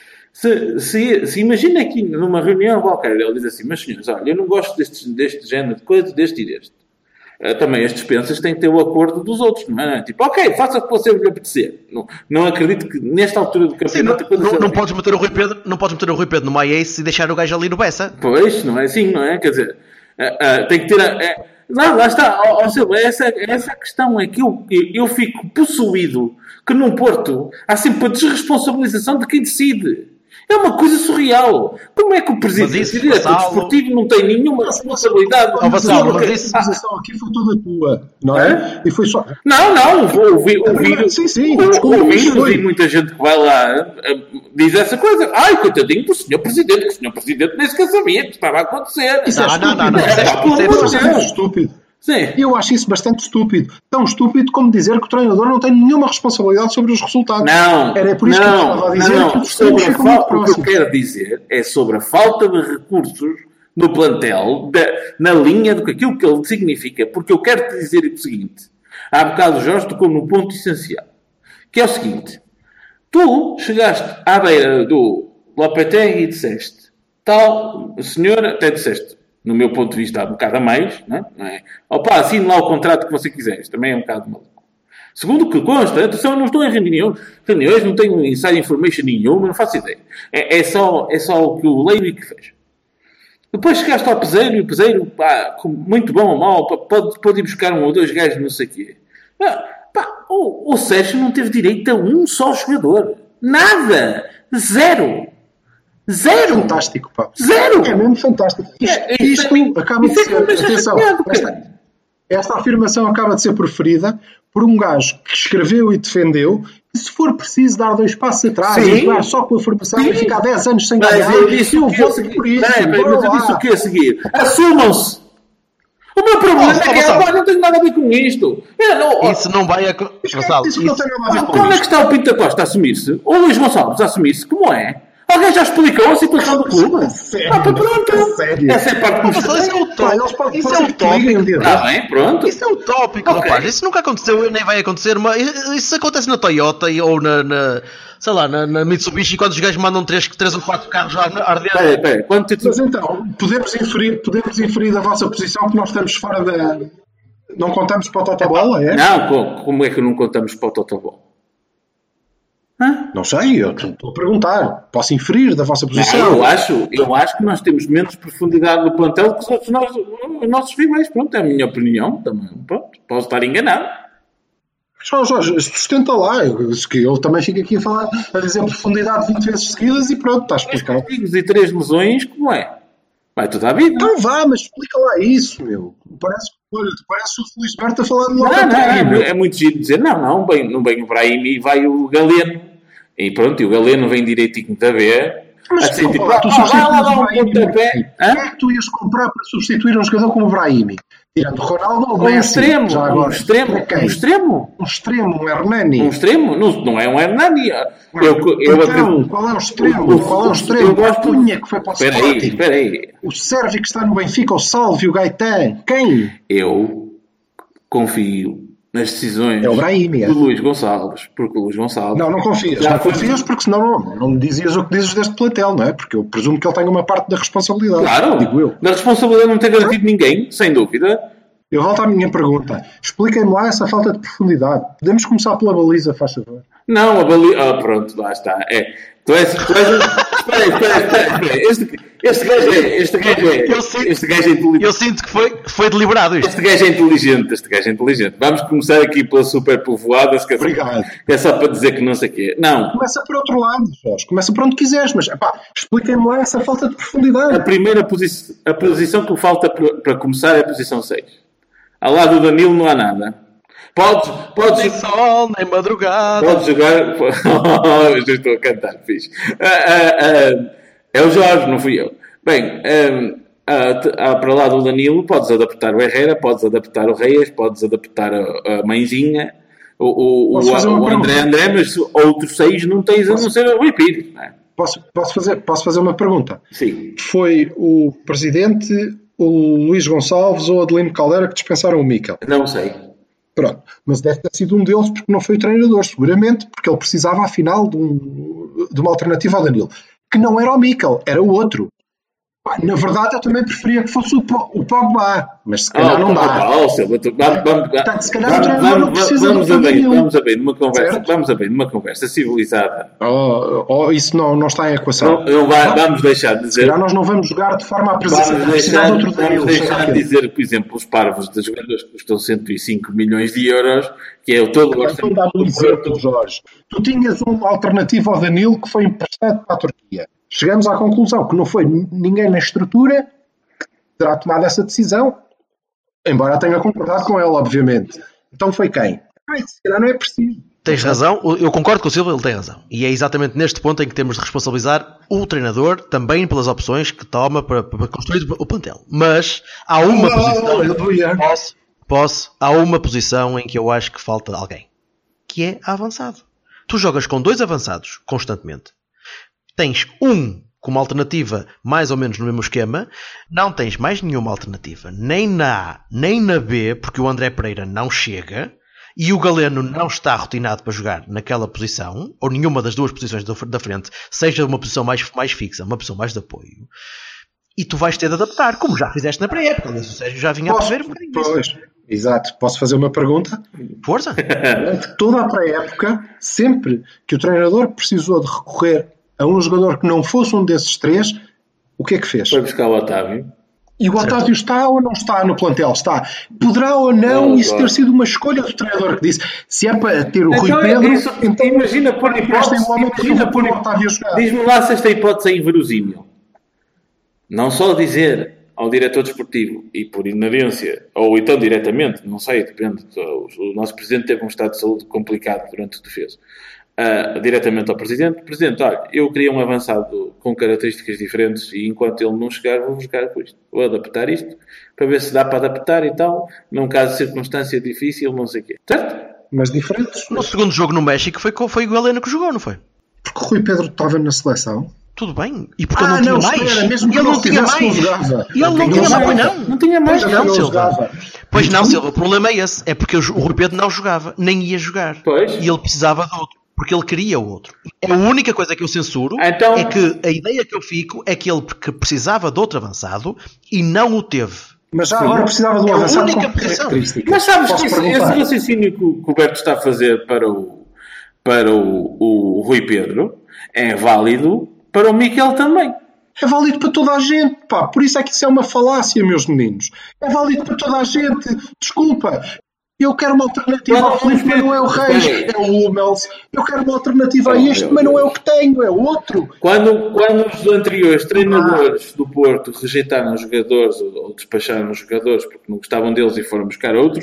Se, se, se imagina aqui numa reunião qualquer, ele diz assim: mas senhores, olha, eu não gosto deste, deste género de coisa, deste e deste. Também as dispensas têm que ter o acordo dos outros, não é? Tipo, ok, faça o que você lhe apetecer. Não, não acredito que nesta altura do campeonato... Sim, não, não, não, podes meter o Rui Pedro, não podes meter o Rui Pedro no MyAce e deixar o gajo ali no Bessa. Pois, não é assim, não é? Quer dizer, uh, uh, tem que ter... A, uh, não, lá está, ó, ó, Silva, essa, essa questão é que eu, eu fico possuído que num Porto há sempre a desresponsabilização de quem decide. É uma coisa surreal. Como é que o presidente do diretor desportivo não tem nenhuma responsabilidade? A responsabilização aqui foi toda tua, não é? é? E foi só... Não, não, ouvi, ouvi, sim, sim, ouvi, ouvi muita gente que vai lá diz essa coisa. Ai, coitadinho do senhor presidente, que o senhor presidente nem sequer sabia que estava a acontecer. Isso é não, não, não, isso é estúpido. Sim. Eu acho isso bastante estúpido. Tão estúpido como dizer que o treinador não tem nenhuma responsabilidade sobre os resultados. Não. Era por isso não, que eu estava a dizer não, que sobre a falta, o que eu quero dizer é sobre a falta de recursos no plantel, da, na linha do que aquilo que ele significa. Porque eu quero te dizer o seguinte: há bocado o Jorge tocou num ponto essencial, que é o seguinte: tu chegaste à beira do Lopetegui e disseste, tal senhor, até disseste, no meu ponto de vista, há um bocado a mais, não é? Opa, assine lá o contrato que você quiser. Isto também é um bocado maluco. Segundo o que consta, atenção, eu não estou em reuniões, reuniões, não tenho inside information nenhuma, não faço ideia. É, é, só, é só o que eu leio e que vejo. Depois chegaste ao Peseiro, e o Peseiro, pá, muito bom ou mau, pode, pode ir buscar um ou dois gajos, não sei o quê. Pá, o, o Sérgio não teve direito a um só jogador. Nada! Zero! Zero! Fantástico, pá. Zero! É mesmo fantástico. Isto, é, isto mim, acaba de ser... Atenção, esta, esta afirmação acaba de ser preferida por um gajo que escreveu e defendeu que, se for preciso dar dois passos atrás Sim. e jogar só com a formação Sim. e ficar dez anos sem mas ganhar, eu disse eu o que vou seguir. por isso. Não, mas eu disse o que a seguir. Assumam-se! O meu problema oh, é que eu não tenho nada a ver com isto. Eu não, isso não vai acontecer. Quando é que está o Pinto da Costa a assumir-se? Ou o Luís Gonçalves a assumir-se? Como é? Alguém já explicou a situação do clube? Sério? Ah, pronto. Sério? Essa é a parte que Mas isso é o Pá, eles tópico. podem Isso é fazer o que liguem um tópico. dia Está desses. bem, pronto. Isso é o tópico, Ok. rapaz. Isso nunca aconteceu e nem vai acontecer. Mas isso acontece na Toyota e- ou na, na sei lá, na, na Mitsubishi, quando os gajos mandam três, três ou quatro carros a arder. Espera aí, espera aí. Quando tu- Mas então, podemos inferir, podemos inferir da vossa posição que nós estamos fora da. Não contamos para o Totobola, é? Não, co- como é que não contamos para o Totobol? Hã? Não sei, eu estou a perguntar. Posso inferir da vossa Não, posição? eu, acho, eu acho que nós temos menos profundidade no plantel que os outros nós, os nossos rivais. Pronto, é a minha opinião também. Pronto, posso estar enganado. Jorge, Jorge, sustenta lá. Eu, que eu também fico aqui a falar, a dizer profundidade vinte vezes seguidas e pronto, está explicado. Castigos e três lesões, como é? Vai tudo à vida. Então vá, mas explica lá isso, meu. Parece, olha, parece o Felisberto a falar de Não, Lopetegui, não, meu. é muito giro dizer, não, não, bem, não vem o Brahim e vai o Galeno. E pronto, e o Galeno vem direitinho da B. Mas Assim, desculpa tipo, lá, tu ah, vai substituís lá dar o um Brahimi. pontapé. Quem Hã? é que tu ias comprar para substituir um jogador como o Brahimi? Tirando o Ronaldo ou o Um Messi? extremo, Já um agora. extremo, Para quem? um extremo. Um extremo, um Hernani. Um extremo? Não, não é um Hernani. Eu, eu então, acredito- qual é o extremo? O- qual é o eu extremo? gosto- A Cunha que foi para o Espera aí, Sporting. espera aí. O Sérvio que está no Benfica, o Sálvio, o Gaetan. Quem? Eu confio nas decisões É o Brahimi, é. do Luís Gonçalves, porque o Luís Gonçalves... Não, não confias. Já não foi- confias porque senão não, não me dizias o que dizes deste plantel, não é? Porque eu presumo que ele tenha uma parte da responsabilidade. Claro, Digo eu. da responsabilidade não ter garantido ninguém, sem dúvida. Eu volto à minha pergunta. Expliquem-me lá essa falta de profundidade. Podemos começar pela baliza, faz favor. Não, a baliza... Ah, pronto, lá está. É. Tu és... Tu és... Espera aí, espera aí, espera aí. Este, este gajo é... Este gajo é... Eu sinto- Este gajo é inteligente. Eu sinto que foi, foi deliberado isto. Este gajo é inteligente, este gajo é inteligente. Vamos começar aqui pela super povoada, que é só, Obrigado. que é só para dizer que não sei o quê. Não, Começa por outro lado, Jorge. Começa por onde quiseres, mas epá, expliquem-me lá essa falta de a profundidade. primeira posição, a posição que lhe falta para, para começar é a posição seis. Ao lado do Danilo não há nada. Podes, Nem podes, sol, nem madrugada. podes jogar... Oh, já estou a cantar, fixe. Ah, ah, ah, é o Jorge, não fui eu. Bem, ah, ah, t- ah, para lá do Danilo podes adaptar o Herrera, podes adaptar o Reis, podes adaptar a, a Mãezinha, o, o, Posso o, fazer uma o André pergunta? André, mas outros seis não tens a não ser o Rui Pires. Não é? Posso, posso, fazer, posso fazer uma pergunta? Sim. Foi o Presidente, o Luís Gonçalves ou o Adelino Caldeira que dispensaram o Mikel? Não sei. Pronto. Mas deve ter sido um deles porque não foi o treinador, seguramente, porque ele precisava, afinal, de, um, de uma alternativa ao Danilo. Que não era o Mikel, era o outro. Pá, na verdade, eu também preferia que fosse o, Po- o Pogba, mas se calhar não dá. Oh, Silva, tu- vamos, vamos, Portanto, se calhar o vamos, treinador não vamos, precisa vamos do a bem, Danilo. vamos a bem numa conversa, Certo? vamos a bem numa conversa civilizada. Oh, oh, isso não, não está em equação. Não, não vai, vamos deixar de Se dizer. calhar nós não vamos jogar de forma a precisar, Vamos a precisar deixar, de outro vamos Danilo. deixar chega de aqui. dizer, por exemplo, os parvos dos jogadores que custam cento e cinco milhões de euros, que é o todo o Então dá-me um exemplo, Jorge. Tu tinhas uma alternativa ao Danilo que foi emprestado para a Turquia. Chegamos à conclusão que não foi ninguém na estrutura que terá tomado essa decisão, embora tenha concordado com ela, obviamente. Então foi quem? Ai, se calhar não é preciso. Tens razão, eu concordo com o Silva, ele tem razão. E é exatamente neste ponto em que temos de responsabilizar o treinador também pelas opções que toma para, para construir o plantel. Mas há uma posição. eu vou ir. Posso, posso, há uma posição em que eu acho que falta alguém, que é a avançado. Tu jogas com dois avançados constantemente. Tens um como alternativa mais ou menos no mesmo esquema, não tens mais nenhuma alternativa, nem na A, nem na B, porque o André Pereira não chega e o Galeno não está rotinado para jogar naquela posição, ou nenhuma das duas posições da frente, seja uma posição mais, mais fixa, uma posição mais de apoio. E tu vais ter de adaptar, como já fizeste na pré-época. Aliás, o Sérgio já vinha a Posso, prever um bocadinho isso. pois, exato. Posso fazer uma pergunta? Força! Durante toda a pré-época, sempre que o treinador precisou de recorrer a um jogador que não fosse um desses três, o que é que fez? Foi buscar o Otávio. E o Otávio está ou não está no plantel? Está. Poderá ou não Oh, isso God. ter sido uma escolha do treinador que disse se é para ter o Rui Então, Pedro, isso- então imagina por emprestem hipótese, o homem que imagina eu por vou pôr o Otávio a jogar. Diz-me lá se esta hipótese é inverosímil. Não só dizer ao diretor desportivo e por inerência, ou então diretamente, não sei, depende. O nosso presidente teve um estado de saúde complicado durante o defesa. Uh, diretamente ao presidente. Presidente, olha, eu queria um avançado com características diferentes e enquanto ele não chegar, vou jogar com isto. Vou adaptar isto para ver se dá para adaptar e tal. Num caso de circunstância difícil, não sei o quê. Certo? Mas diferentes. No segundo jogo no México foi, co- foi o Galeno que jogou, não foi? Porque o Rui Pedro estava na seleção. Tudo bem. E porque Ah, ele não, não, tinha mais. espera, mesmo que ele não não tinha tivesse, mais. não jogava. Ele não, Não tinha jogava. mais. Não, Não tinha mais. Pois não, Não Silva. jogava. Pois não, Silva. O problema é esse. É porque o Rui Pedro não jogava. Nem ia jogar. Pois. E ele precisava de outro. Porque ele queria o outro. A única coisa que eu censuro Então- é que a ideia que eu fico é que ele porque precisava de outro avançado e não o teve. Mas já agora precisava do É a avançado única com posição. características. Mas sabes Posso que esse, perguntar? esse raciocínio que o, que o Berto está a fazer para o, para o, o Rui Pedro é válido para o Miquel também. É válido para toda a gente, pá. Por isso é que isso é uma falácia, meus meninos. É válido para toda a gente. Desculpa. Eu quero uma alternativa Não, ao Filipe, mas não é o Reis, espera é o Hummels. Eu quero uma alternativa a Oh, este, meu mas não é Deus. o que tenho, é outro. Quando, quando os anteriores treinadores do Porto rejeitaram os jogadores ou, ou despacharam os jogadores porque não gostavam deles e foram buscar outros,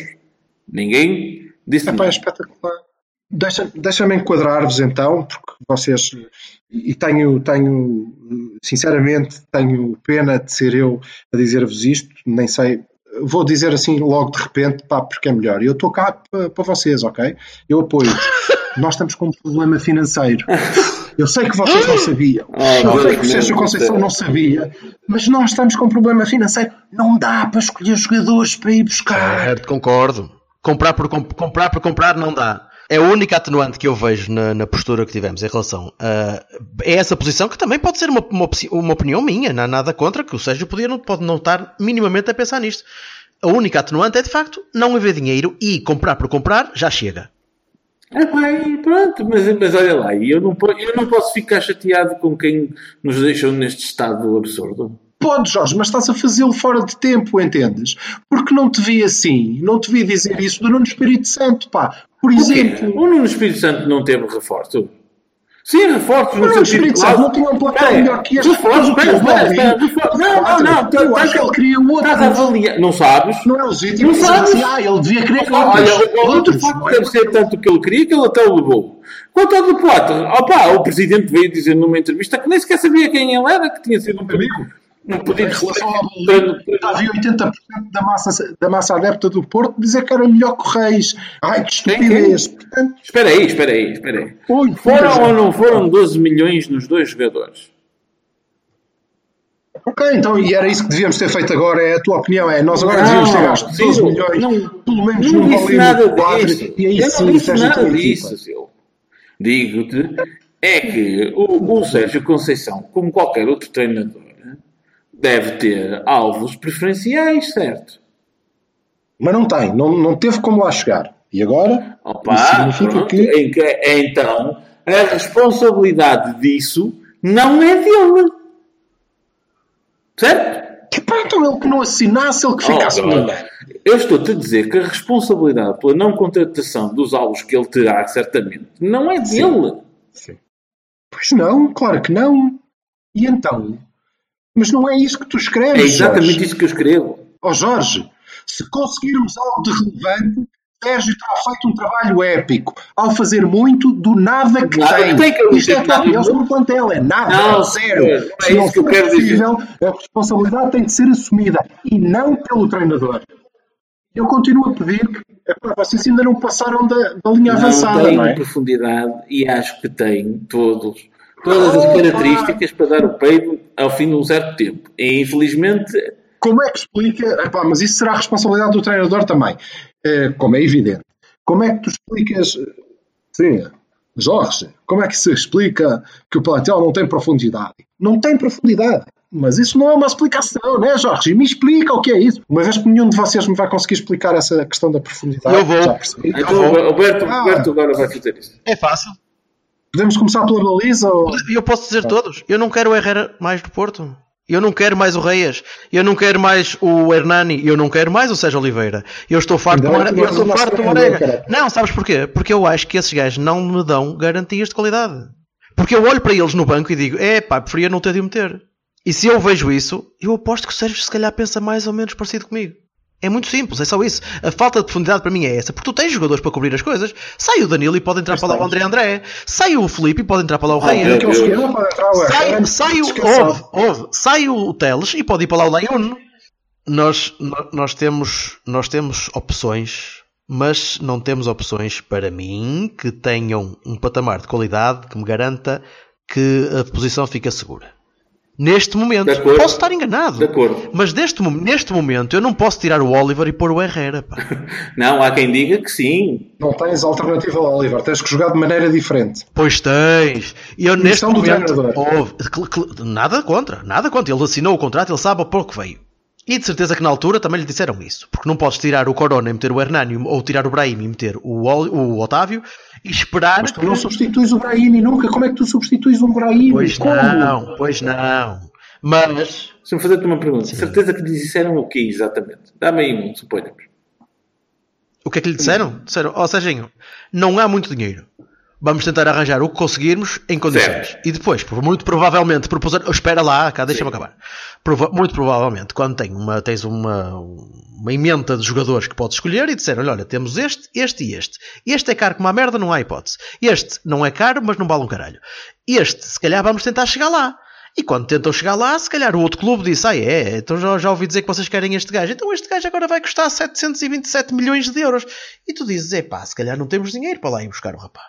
ninguém disse Epá, é nada. espetacular. Deixa- Deixa-me enquadrar-vos então, porque vocês. E tenho, tenho, sinceramente, tenho pena de ser eu a dizer-vos isto, nem sei. Vou dizer assim logo de repente, pá, porque é melhor. Eu estou cá para, para vocês, ok? Eu apoio-vos. Nós estamos com um problema financeiro. Eu sei que vocês não sabiam. Oh, Eu Deus sei que o meu Sérgio Conceição Deus. não sabia. Mas nós estamos com um problema financeiro. Não dá para escolher jogadores para ir buscar. Certo, concordo. Comprar por, comp- comprar por comprar não dá. É a única atenuante que eu vejo na, na postura que tivemos em relação a, é essa posição, que também pode ser uma, uma, opci- uma opinião minha, não há nada contra, que o Sérgio podia, não, pode não estar minimamente a pensar nisto. A única atenuante é, de facto, não haver dinheiro e comprar por comprar já chega. É bem, pronto, mas, mas olha lá, eu não, po- eu não posso ficar chateado com quem nos deixou neste estado absurdo. Pode, Jorge, mas estás a fazê-lo fora de tempo, entendes? Porque não te vi assim, não te vi dizer isso do Nuno Espírito Santo, pá. Por exemplo, O Nuno Espírito Santo não teve reforço? Sim, reforços o no Nuno sentido Espírito Santo não tinha um plantel Espera aí, melhor que este. reforços, Mas o que espera, eu espera, vi- espera, reforços. Não, não, Claro, não. eu tá- acho que ele queria outro. Estás a avaliar. Não sabes? Não é legítimo Não dizer sabes? assim, ah, ele devia querer outros. Olha, o outro outros. facto não é? deve ser tanto o que ele queria que ele até o levou. Quanto ao do Potter, opa, o presidente veio dizer numa entrevista que nem sequer sabia quem ele era, que tinha sido um pedido. Um Em pedido de relação ao treino- Bolívia, havia oitenta por cento da massa, da massa adepta do Porto dizer que era melhor que o Reis. Ai, que estupidez. Portanto, Espera aí, espera aí, espera aí. ui, Foram fica- ou não foram doze milhões nos dois jogadores? Ok, então, e era isso que devíamos ter feito agora, é a tua opinião, é nós agora Não, devíamos ter gasto doze Ciro, milhões, não- pelo menos Não no disse Valinho nada quadro, disso. e aí Eu sim, não disse Sérgio, nada tua disso, equipa. Silvio. Digo-te é que o, o Sérgio Conceição, como qualquer outro treinador, deve ter alvos preferenciais, certo? Mas não tem, não, não teve como lá chegar. E agora? Opa, isso significa pronto, que... em que- então, a responsabilidade disso não é dele. Certo? Epá, então ele que não assinasse, ele que ficasse Oh, no God. Eu estou-te a dizer que a responsabilidade pela não contratação dos alvos que ele terá, certamente, não é dele. Sim. Pois não, claro que não. E então? Mas não é isso que tu escreves, É exatamente Jorge. isso que eu escrevo. Ó Jorge, se conseguirmos algo de relevante, Sérgio terá feito um trabalho épico ao fazer muito do nada que Nada tem. que tem, que eu não Isto é a tenho tua nada opinião de- sobre o plantel, é nada, Não, zero. não é Se isso não que eu for quero dizer. possível, a responsabilidade tem de ser assumida e não pelo treinador. Eu continuo a pedir que epá, vocês ainda não passaram da, da linha Não avançada, tem não é? profundidade e acho que tem todos, todas as Oh, características para dar o peito ao fim de um certo tempo. E infelizmente, Como é que explica? Epá, mas isso será a responsabilidade do treinador também, eh, como é evidente. Como é que tu explicas, sim, Jorge, como é que se explica que o plantel não tem profundidade? Não tem profundidade. Mas isso não é uma explicação, não é, Jorge? Me explica o que é isso. Uma vez que nenhum de vocês me vai conseguir explicar essa questão da profundidade. Eu vou. Já percebi. Eu então, vou. o Alberto, Ah. Alberto agora vai fazer isso. É fácil. Podemos começar pela baliza? Ou... E eu posso dizer todos. Eu não quero o Herrera mais do Porto. Eu não quero mais o Reis. Eu não quero mais o Hernani. Eu não quero mais o Sérgio Oliveira. Eu estou farto do Ainda bem Mare- que eu nós estou não farto do sabemos, Marega. cara. Não, sabes porquê? Porque eu acho que esses gajos não me dão garantias de qualidade. Porque eu olho para eles no banco e digo, é pá, preferia não ter de o meter. E se eu vejo isso, eu aposto que o Sérgio se calhar pensa mais ou menos parecido comigo. É muito simples, é só isso. A falta de profundidade para mim é essa. Porque tu tens jogadores para cobrir as coisas. Sai o Danilo e pode entrar para lá o André André. Sai o Felipe e pode entrar para lá o Reis. Aquele esquerdo para entrar o Sai, Herrera, sai, o, descansado. ouve, ouve, sai o Teles e pode ir para lá o Leon. Nós, no- nós, temos, nós temos opções, mas não temos opções para mim que tenham um patamar de qualidade que me garanta que a posição fica segura. Neste momento, De acordo. posso estar enganado, De acordo. mas neste, mo- neste momento eu não posso tirar o Oliver e pôr o Herrera. Pá. Não, há quem diga que sim. Não tens alternativa ao Oliver, tens que jogar de maneira diferente. Pois tens. E eu neste Missão do momento. treinador. Houve- cl- cl- nada contra, nada contra. Ele assinou o contrato, ele sabe a pouco que veio. E de certeza que na altura também lhe disseram isso. Porque não podes tirar o Corona e meter o Hernani, ou tirar o Brahim e meter o, Oli- o Otávio e esperar. Mas tu não substituis o Brahimi nunca. Como é que tu substituis um Brahimi? Pois Como? não, pois não. Mas. Deixa-me fazer-te uma pergunta. Certeza que lhe disseram o quê exatamente? Dá-me aí um, suponhamos. O que é que lhe disseram? Disseram, ó Serginho, não há muito dinheiro. Vamos tentar arranjar o que conseguirmos em condições. Certo. E depois, por- muito provavelmente, propuser... oh, espera lá, cá, deixa-me acabar. Prova- Muito provavelmente, quando tem uma, tens uma, uma emenda de jogadores que podes escolher e disseram, olha, temos este, este e este. Este é caro como a merda, não há hipótese. Este não é caro, mas não vale um caralho. Este, se calhar, vamos tentar chegar lá. E quando tentam chegar lá, se calhar o outro clube disse, ah é, então já, já ouvi dizer que vocês querem este gajo. Então este gajo agora vai custar setecentos e vinte e sete milhões de euros. E tu dizes, é pá, se calhar não temos dinheiro para lá ir buscar o rapaz.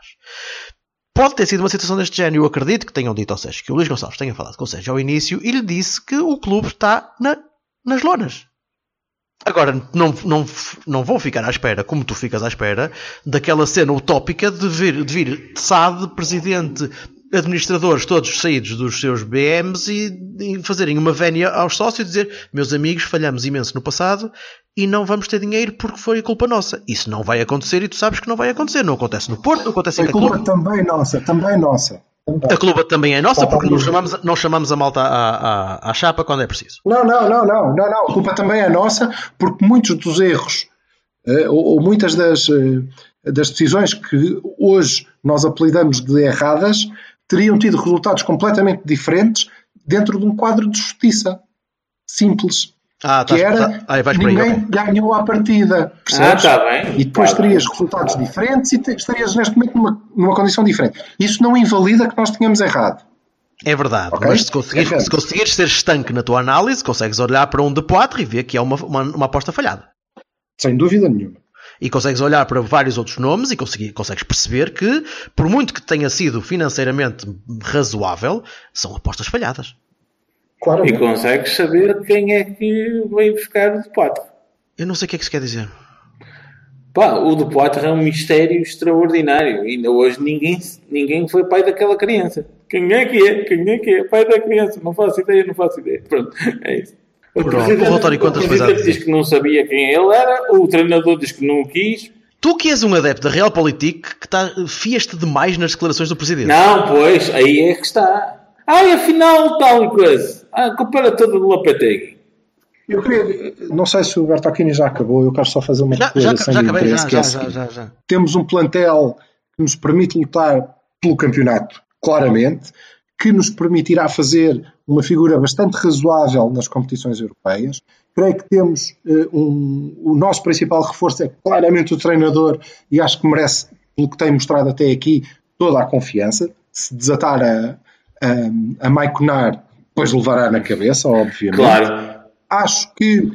Pode ter sido uma situação deste género. Eu acredito que tenham dito ao Sérgio, que o Luís Gonçalves tenha falado com o Sérgio ao início e lhe disse que o clube está na, nas lonas. Agora, não, não, não vão ficar à espera, como tu ficas à espera, daquela cena utópica de vir, de vir S A D, presidente, administradores todos saídos dos seus B Ms e, e fazerem uma vénia aos sócios e dizer, meus amigos, falhamos imenso no passado e não vamos ter dinheiro porque foi culpa nossa. Isso não vai acontecer e tu sabes que não vai acontecer. Não acontece no Porto, não acontece em A culpa Clube. também nossa, também nossa. Também. A Clube também é nossa Tá, porque tá, não tá. chamamos, não chamamos a malta à, à, à chapa quando é preciso. Não, não, não, não, não, não. A culpa também é nossa, porque muitos dos erros, eh, ou, ou muitas das, eh, das decisões que hoje nós apelidamos de erradas, teriam tido resultados completamente diferentes dentro de um quadro de justiça. Simples. Ah, Que estás- era, tá- ah, vais por aí, ninguém ok. ganhou à partida. Ah, Percebes? está bem. E depois Tá terias bem. resultados diferentes e te- estarias neste momento numa, numa condição diferente. Isso não invalida que nós tenhamos errado. É verdade, Ok? mas se conseguires, É se conseguires ser estanque na tua análise, consegues olhar para um de Poitre e ver que é uma, uma, uma aposta falhada. Sem dúvida nenhuma. E consegues olhar para vários outros nomes e conseguir, consegues perceber que, por muito que tenha sido financeiramente razoável, são apostas falhadas. Claro. E consegues saber quem é que veio buscar o de Poitre. Eu não sei o que é que isso quer dizer. Pá, o de Poitre é um mistério extraordinário. Ainda hoje ninguém, ninguém foi pai daquela criança. Quem é que é? Quem é que é? Pai da criança. Não faço ideia, não faço ideia. Pronto, é isso. O Pronto, presidente- o relatório quantas o coisas a presidente dizer. diz que não sabia quem ele era, o treinador diz que não o quis. Tu que és um adepto da Realpolitik, que tá, fias-te demais nas declarações do Presidente. Não, pois, aí é que está. Ai, afinal, tal e coisa. Ah, compara toda do Lopetegui. Eu queria, não sei se o Bertocchini já acabou, eu quero só fazer uma Já, já, declaração já de acabei, já, interesse, que é já, a já, seguinte. já, já. Temos um plantel que nos permite lutar pelo campeonato, claramente, que nos permitirá fazer uma figura bastante razoável nas competições europeias. Creio que temos eh, um, o nosso principal reforço é claramente o treinador e acho que merece, pelo que tem mostrado até aqui, toda a confiança. Se desatar a, a, a maiconar, depois levará na cabeça, obviamente. Claro. Acho que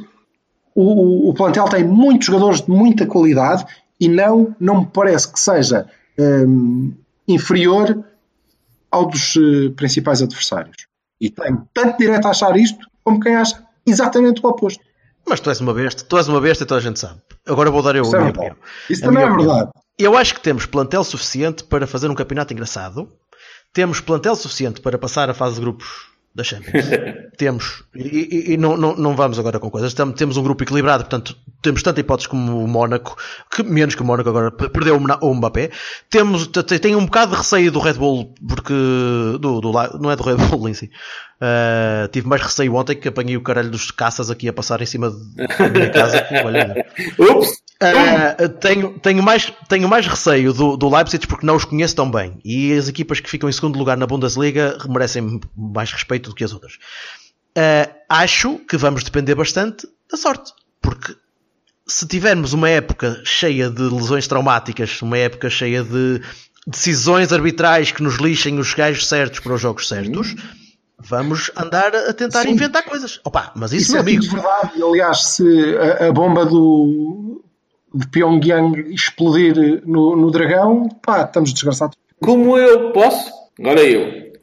o, o plantel tem muitos jogadores de muita qualidade e não, não me parece que seja hum, inferior ao dos uh, principais adversários. E tenho tanto direito a achar isto como quem acha exatamente o oposto. Mas tu és uma besta, tu és uma besta e toda a gente sabe. Agora vou dar eu Isso a é minha verdade. opinião. Isso A também minha é opinião. verdade. Eu acho que temos plantel suficiente para fazer um campeonato engraçado. Temos plantel suficiente para passar a fase de grupos da Champions. Temos. E, e- e não, não, não vamos agora com coisas. Tamo- Temos um grupo equilibrado, portanto, temos tanta hipótese como o Mónaco, que menos que o Mónaco agora p- perdeu o Mna- o Mbappé. Temos, t- t- tenho um bocado de receio do Red Bull, porque. Do, do, la- não é do Red Bull em si. Uh, tive mais receio ontem que apanhei o caralho dos caças aqui a passar em cima de- da minha casa. Olha, Ups! Uh, tenho, tenho, mais, tenho mais receio do, do Leipzig porque não os conheço tão bem. E as equipas que ficam em segundo lugar na Bundesliga merecem mais respeito do que as outras. Uh, acho que vamos depender bastante da sorte. Porque se tivermos uma época cheia de lesões traumáticas, uma época cheia de decisões arbitrais que nos lixem os gajos certos para os jogos certos, vamos andar a tentar Sim. inventar coisas. Opa, mas isso, Isso meu é amigo, tudo verdade. E, aliás, se a, a bomba do, de Pyongyang explodir no, no Dragão, pá, estamos desgraçados. Como eu posso? Agora eu.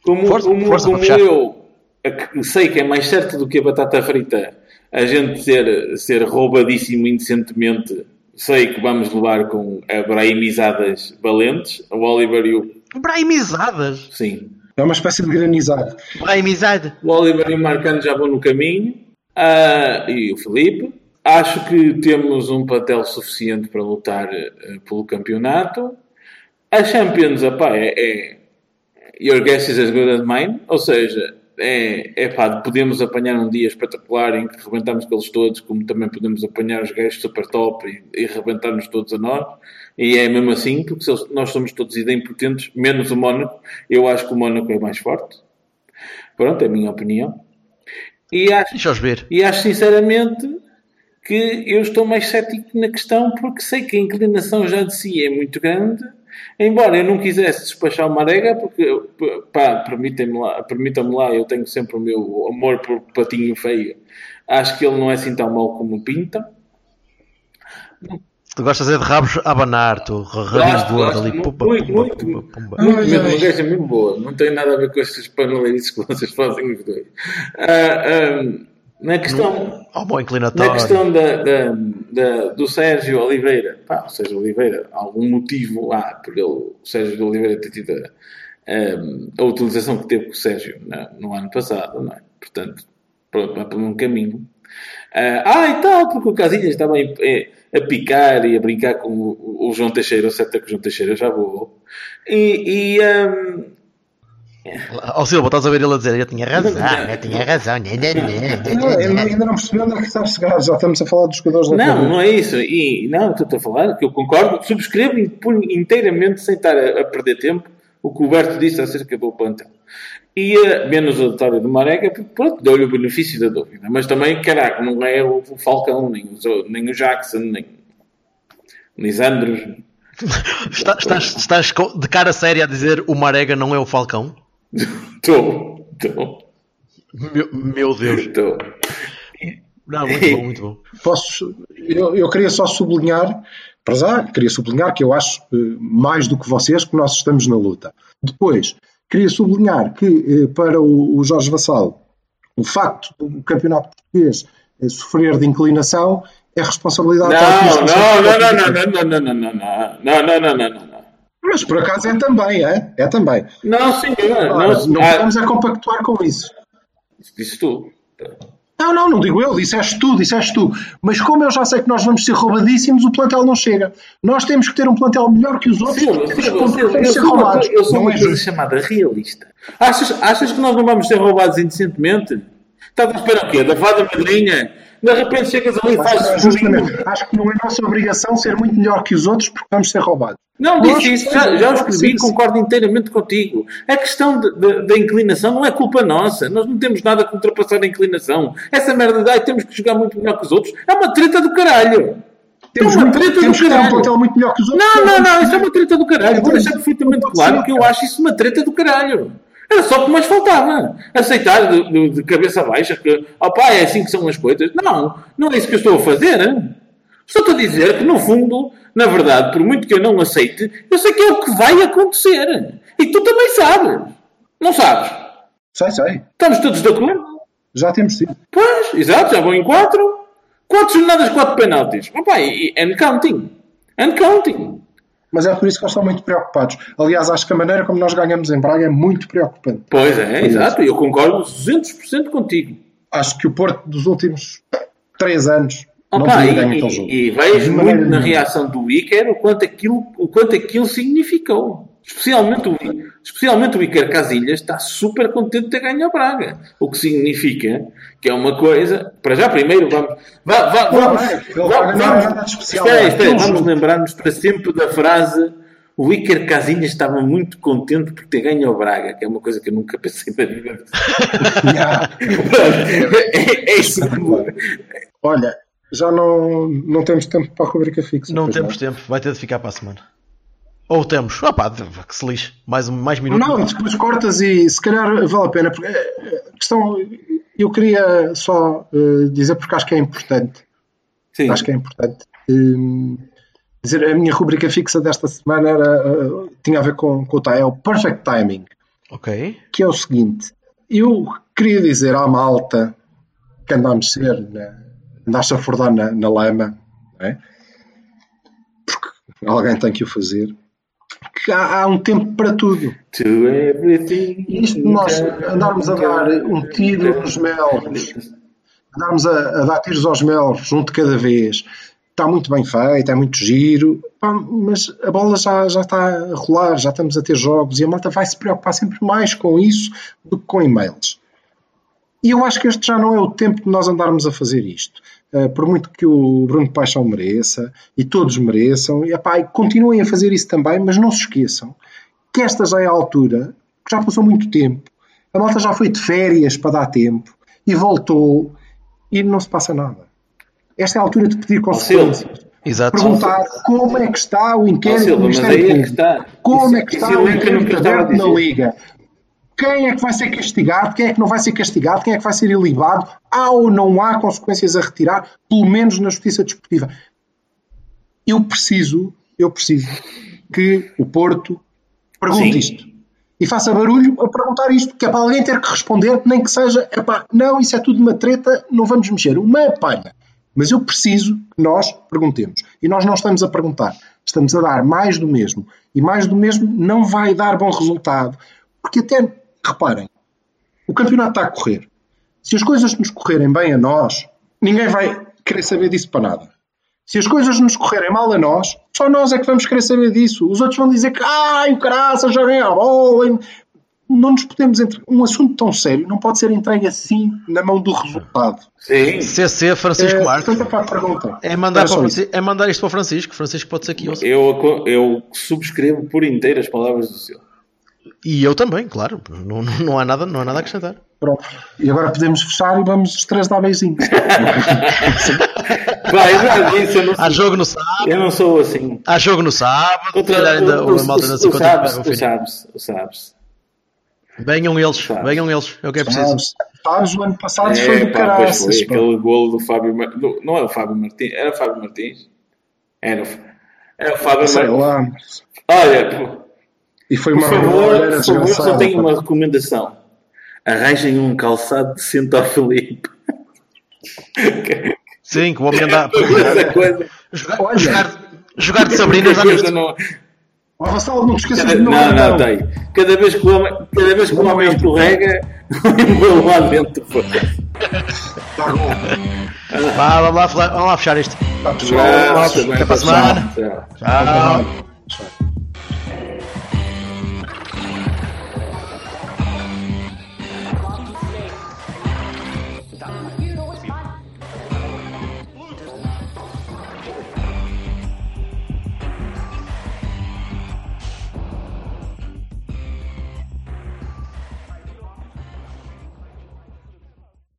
Como, Força, como, força como para fechar. eu sei que é mais certo do que a batata frita a gente ser, ser roubadíssimo indecentemente, sei que vamos levar com abraimizadas valentes, o Oliver e o... Brahimizadas. Sim. É uma espécie de granizado. Brahimizada. O Oliver e o Marcano já vão no caminho. Ah, e o Filipe. Acho que temos um plantel suficiente para lutar uh, pelo campeonato. A Champions, opá, é, é... Your guess is as good as mine. Ou seja, é, é pá, podemos apanhar um dia espetacular em que rebentamos com eles todos, como também podemos apanhar os gajos super top e, e rebentar-nos todos a nós. E é mesmo assim, porque se eles, nós somos todos idempotentes, menos o Mónaco. Eu acho que o Mónaco é mais forte. Pronto, é a minha opinião. E acho, Deixa-os ver. e acho sinceramente que eu estou mais cético na questão porque sei que a inclinação já de si é muito grande. Embora eu não quisesse despachar o Marega, porque, pá, permitam-me lá, permitam-me lá, eu tenho sempre o meu amor por patinho feio. Acho que ele não é assim tão mau como pinta. Tu gostas é de rabos a abanar, tu rabinhos Gosto, voando gosto, ali. muito, Pumba, muito, pumba, muito, pumba, muito. pumba. Muito Ai, mesmo, ai. uma gaja mesmo boa. Não tem nada a ver com estes paneleiros que vocês fazem os dois. Ah, ah, na questão... Oh, bom inclinatório. Na questão da, da, da- do Sérgio Oliveira, pá, o Sérgio Oliveira, algum motivo há por ele, o Sérgio Oliveira ter tido a, a, a utilização que teve com o Sérgio na- no ano passado, não é? Portanto, pronto, vai por um caminho. Ah, ah, e tal, porque o Casilhas estava a, a, a picar e a brincar com o, o João Teixeira, o certo é que o João Teixeira já voou. E, e ah, Ó Silva, estás a ver ele a dizer, eu tinha razão, eu tinha razão. Não, eu não- ainda não percebi onde é que está a chegar. Já estamos a falar dos jogadores da não, Premier. não é isso. E não, estou a falar que eu concordo, subscrevo e ponho inteiramente, sem estar a, a perder tempo, o que o Berto disse acerca do plantel. E uh, menos a vitória do Marega, porque pronto, deu-lhe o benefício da dúvida. Mas também, caraca, não é o, o Falcão, nem o, nem o Jackson, nem o Lisandros. Está- Estás, estás co- de cara séria a dizer o Marega não é o Falcão? Estou, estou, Meu, meu Deus. estou. Não, muito bom, muito bom. Posso, eu, eu queria só sublinhar, para já, queria sublinhar que eu acho, eh, mais do que vocês, que nós estamos na luta. Depois, queria sublinhar que, eh, para o, o Jorge Vassal, o facto do campeonato português eh, sofrer de inclinação é responsabilidade da Não, administração. não, não, não, não, não, não, não, não, não, não, não, não, não, não. Mas por acaso é também, é? É também. Não, senhor, Ora, não, não ah, podemos é compactuar com isso. disse tu. Não, não, não digo eu, disseste tu, disseste tu. Mas como eu já sei que nós vamos ser roubadíssimos, o plantel não chega. Nós temos que ter um plantel melhor que os outros, Silva, porque temos Silva, que Silva, temos eu que ser sou uma, roubados. eu sou Não uma é coisa justo. chamada realista. Achas, achas que nós não vamos ser roubados indecentemente? Estás a esperar o quê? Da fada madrinha? De repente chegas ali e Acho que, fazes... justamente, acho que não é nossa obrigação ser muito melhor que os outros porque vamos ser roubados. Não Nós- disse isso, já, já o escrevi e concordo inteiramente contigo. A questão de- de- da inclinação não é culpa nossa. Nós não temos nada que ultrapassar a inclinação. Essa merda de ai, temos que jogar muito melhor que os outros é uma treta do caralho. Temos, é uma muito, treta temos do que ter um caralho. plantel muito melhor que os outros. Não, não, não, isso é uma treta do caralho. Vou deixar Então, perfeitamente pode claro ser, que eu cara. acho isso uma treta do caralho. Era só o que mais faltava. Aceitar de, de- de cabeça baixa que, opá, é assim que são as coisas. Não, não é isso que eu estou a fazer. Estou-te a dizer que, no fundo, na verdade, por muito que eu não aceite, eu sei que é o que vai acontecer. E tu também sabes. Não sabes? Sei, sei. Estamos todos de acordo? Já temos sido. Pois, exato, já vão em quatro. Quatro jornadas, quatro penaltis. Opá, e, e and counting. And counting. Mas é por isso que eles estão muito preocupados. Aliás, acho que a maneira como nós ganhamos em Braga é muito preocupante. Pois é, exato. E eu concordo duzentos por cento contigo. Acho que o Porto dos últimos três anos não Opa, tinha e, ganho aquele e, jogo. e vejo De muito maneira na nenhuma. reação do Iker o quanto aquilo, o quanto aquilo significou. Especialmente o, especialmente o Iker Casilhas está super contente de ter ganho a Braga. O que significa que é uma coisa... Para já, primeiro, vamos... Vá, vá, Não, vamos, não, ele vá- Braga não é vamos nada de especial, espera aí, é espera aí, aquele vamos jogo. lembrar-nos para sempre da frase: o Iker Casilhas estava muito contente por ter ganho a Braga, que é uma coisa que eu nunca pensei na vida. Ya. é, é isso. Olha, já não, não temos tempo para a rubrica fixa. Não pois temos tempo, vai ter de ficar para a semana. Ou temos. Ah pá, que se lixe. Mais, um, mais minuto. Não, depois cortas e se calhar vale a pena. Porque eh, a questão, eu queria só eh, dizer, porque acho que é importante. Sim. Acho que é importante. Hum, dizer, a minha rubrica fixa desta semana era, eh, tinha a ver com, com o, ti- é o perfect timing. Ok. Que é o seguinte, eu queria dizer à malta que anda a mexer, na, anda a chafurdar na, na lama, não é? Porque alguém tem que o fazer, que há, há um tempo para tudo. To everything. E isto de nós andarmos a dar um tiro nos melros, andarmos a, a dar tiros aos melros, um de cada vez, está muito bem feito, é muito giro, pá, mas a bola já, já está a rolar, já estamos a ter jogos e a malta vai se preocupar sempre mais com isso do que com e-mails. E eu acho que este já não é o tempo de nós andarmos a fazer isto. Uh, por muito que o Bruno Paixão mereça, e todos mereçam, e, epá, e continuem a fazer isso também, mas não se esqueçam que esta já é a altura, que já passou muito tempo, a malta já foi de férias para dar tempo, e voltou, e não se passa nada. Esta é a altura de pedir consequências. Exato. Perguntar como é que está o inquérito Silva, do mas Ministério aí é que Público. está. Como Isso- é que isso está é o o que eu não inquérito estava a aberto na dizer. Liga? Quem é que vai ser castigado? Quem é que não vai ser castigado? Quem é que vai ser ilibado? Há ou não há consequências a retirar? Pelo menos na justiça desportiva. Eu preciso, eu preciso que o Porto pergunte Sim. isto. E faça barulho a perguntar isto, que é para alguém ter que responder, nem que seja, epá, não, isso é tudo uma treta, não vamos mexer. Uma palha. Mas eu preciso que nós perguntemos. E nós não estamos a perguntar. Estamos a dar mais do mesmo. E mais do mesmo não vai dar bom resultado. Porque até, reparem, o campeonato está a correr. Se as coisas nos correrem bem a nós, ninguém vai querer saber disso para nada. Se as coisas nos correrem mal a nós, só nós é que vamos querer saber disso. Os outros vão dizer que, ai, o caraças, já vem a bola. Não nos podemos entre... Um assunto tão sério não pode ser entregue assim na mão do resultado. Sim. C C Francisco É, Marques. portanto, é para a pergunta. É mandar, Era para o só Francisco, é mandar isto para o Francisco. Francisco pode ser aqui. ouça. Eu, eu subscrevo por inteiro as palavras do Silva. E eu também, claro. Não, não, não, há nada, não há nada a acrescentar. Pronto. E agora podemos fechar e vamos os três dar beijinhos. Vai, já disse, eu não, Há sou, jogo no sábado. eu não sou assim. Há jogo no sábado. Se Outra, calhar ainda o, o, a malta o, ainda o, se o encontra sabes, para o o fim. sabes, o sabes. Venham eles, Sabes. venham eles. É o que é preciso. Sabes, sabes, o ano passado foi É, do pá, pois caraças. foi pá. aquele golo do Fábio Martins. Não é o Fábio Martins, era o Fábio Martins? Era o, era o Fábio Sei Martins. lá. Olha, pô, E foi por uma favor, verdadeira por favor, só desgraçada. tenho pá. uma recomendação. Arranjem um calçado decente ao Filipe. Sim, que o homem anda. Essa coisa, jogar, Olha. jogar, jogar de Sabrinas essa dá coisa nisto. não. Ó, Vassalo, não te esqueças Cada, de não, novo. não, tem. Cada vez que o homem, cada vez que o homem escorrega, um golo lá dentro. pô. Tá bom. Vá, vamos lá, vamos lá fechar isto. Tá, pessoal. Abraço, Até para a semana. Tchau. Tchau. Tchau.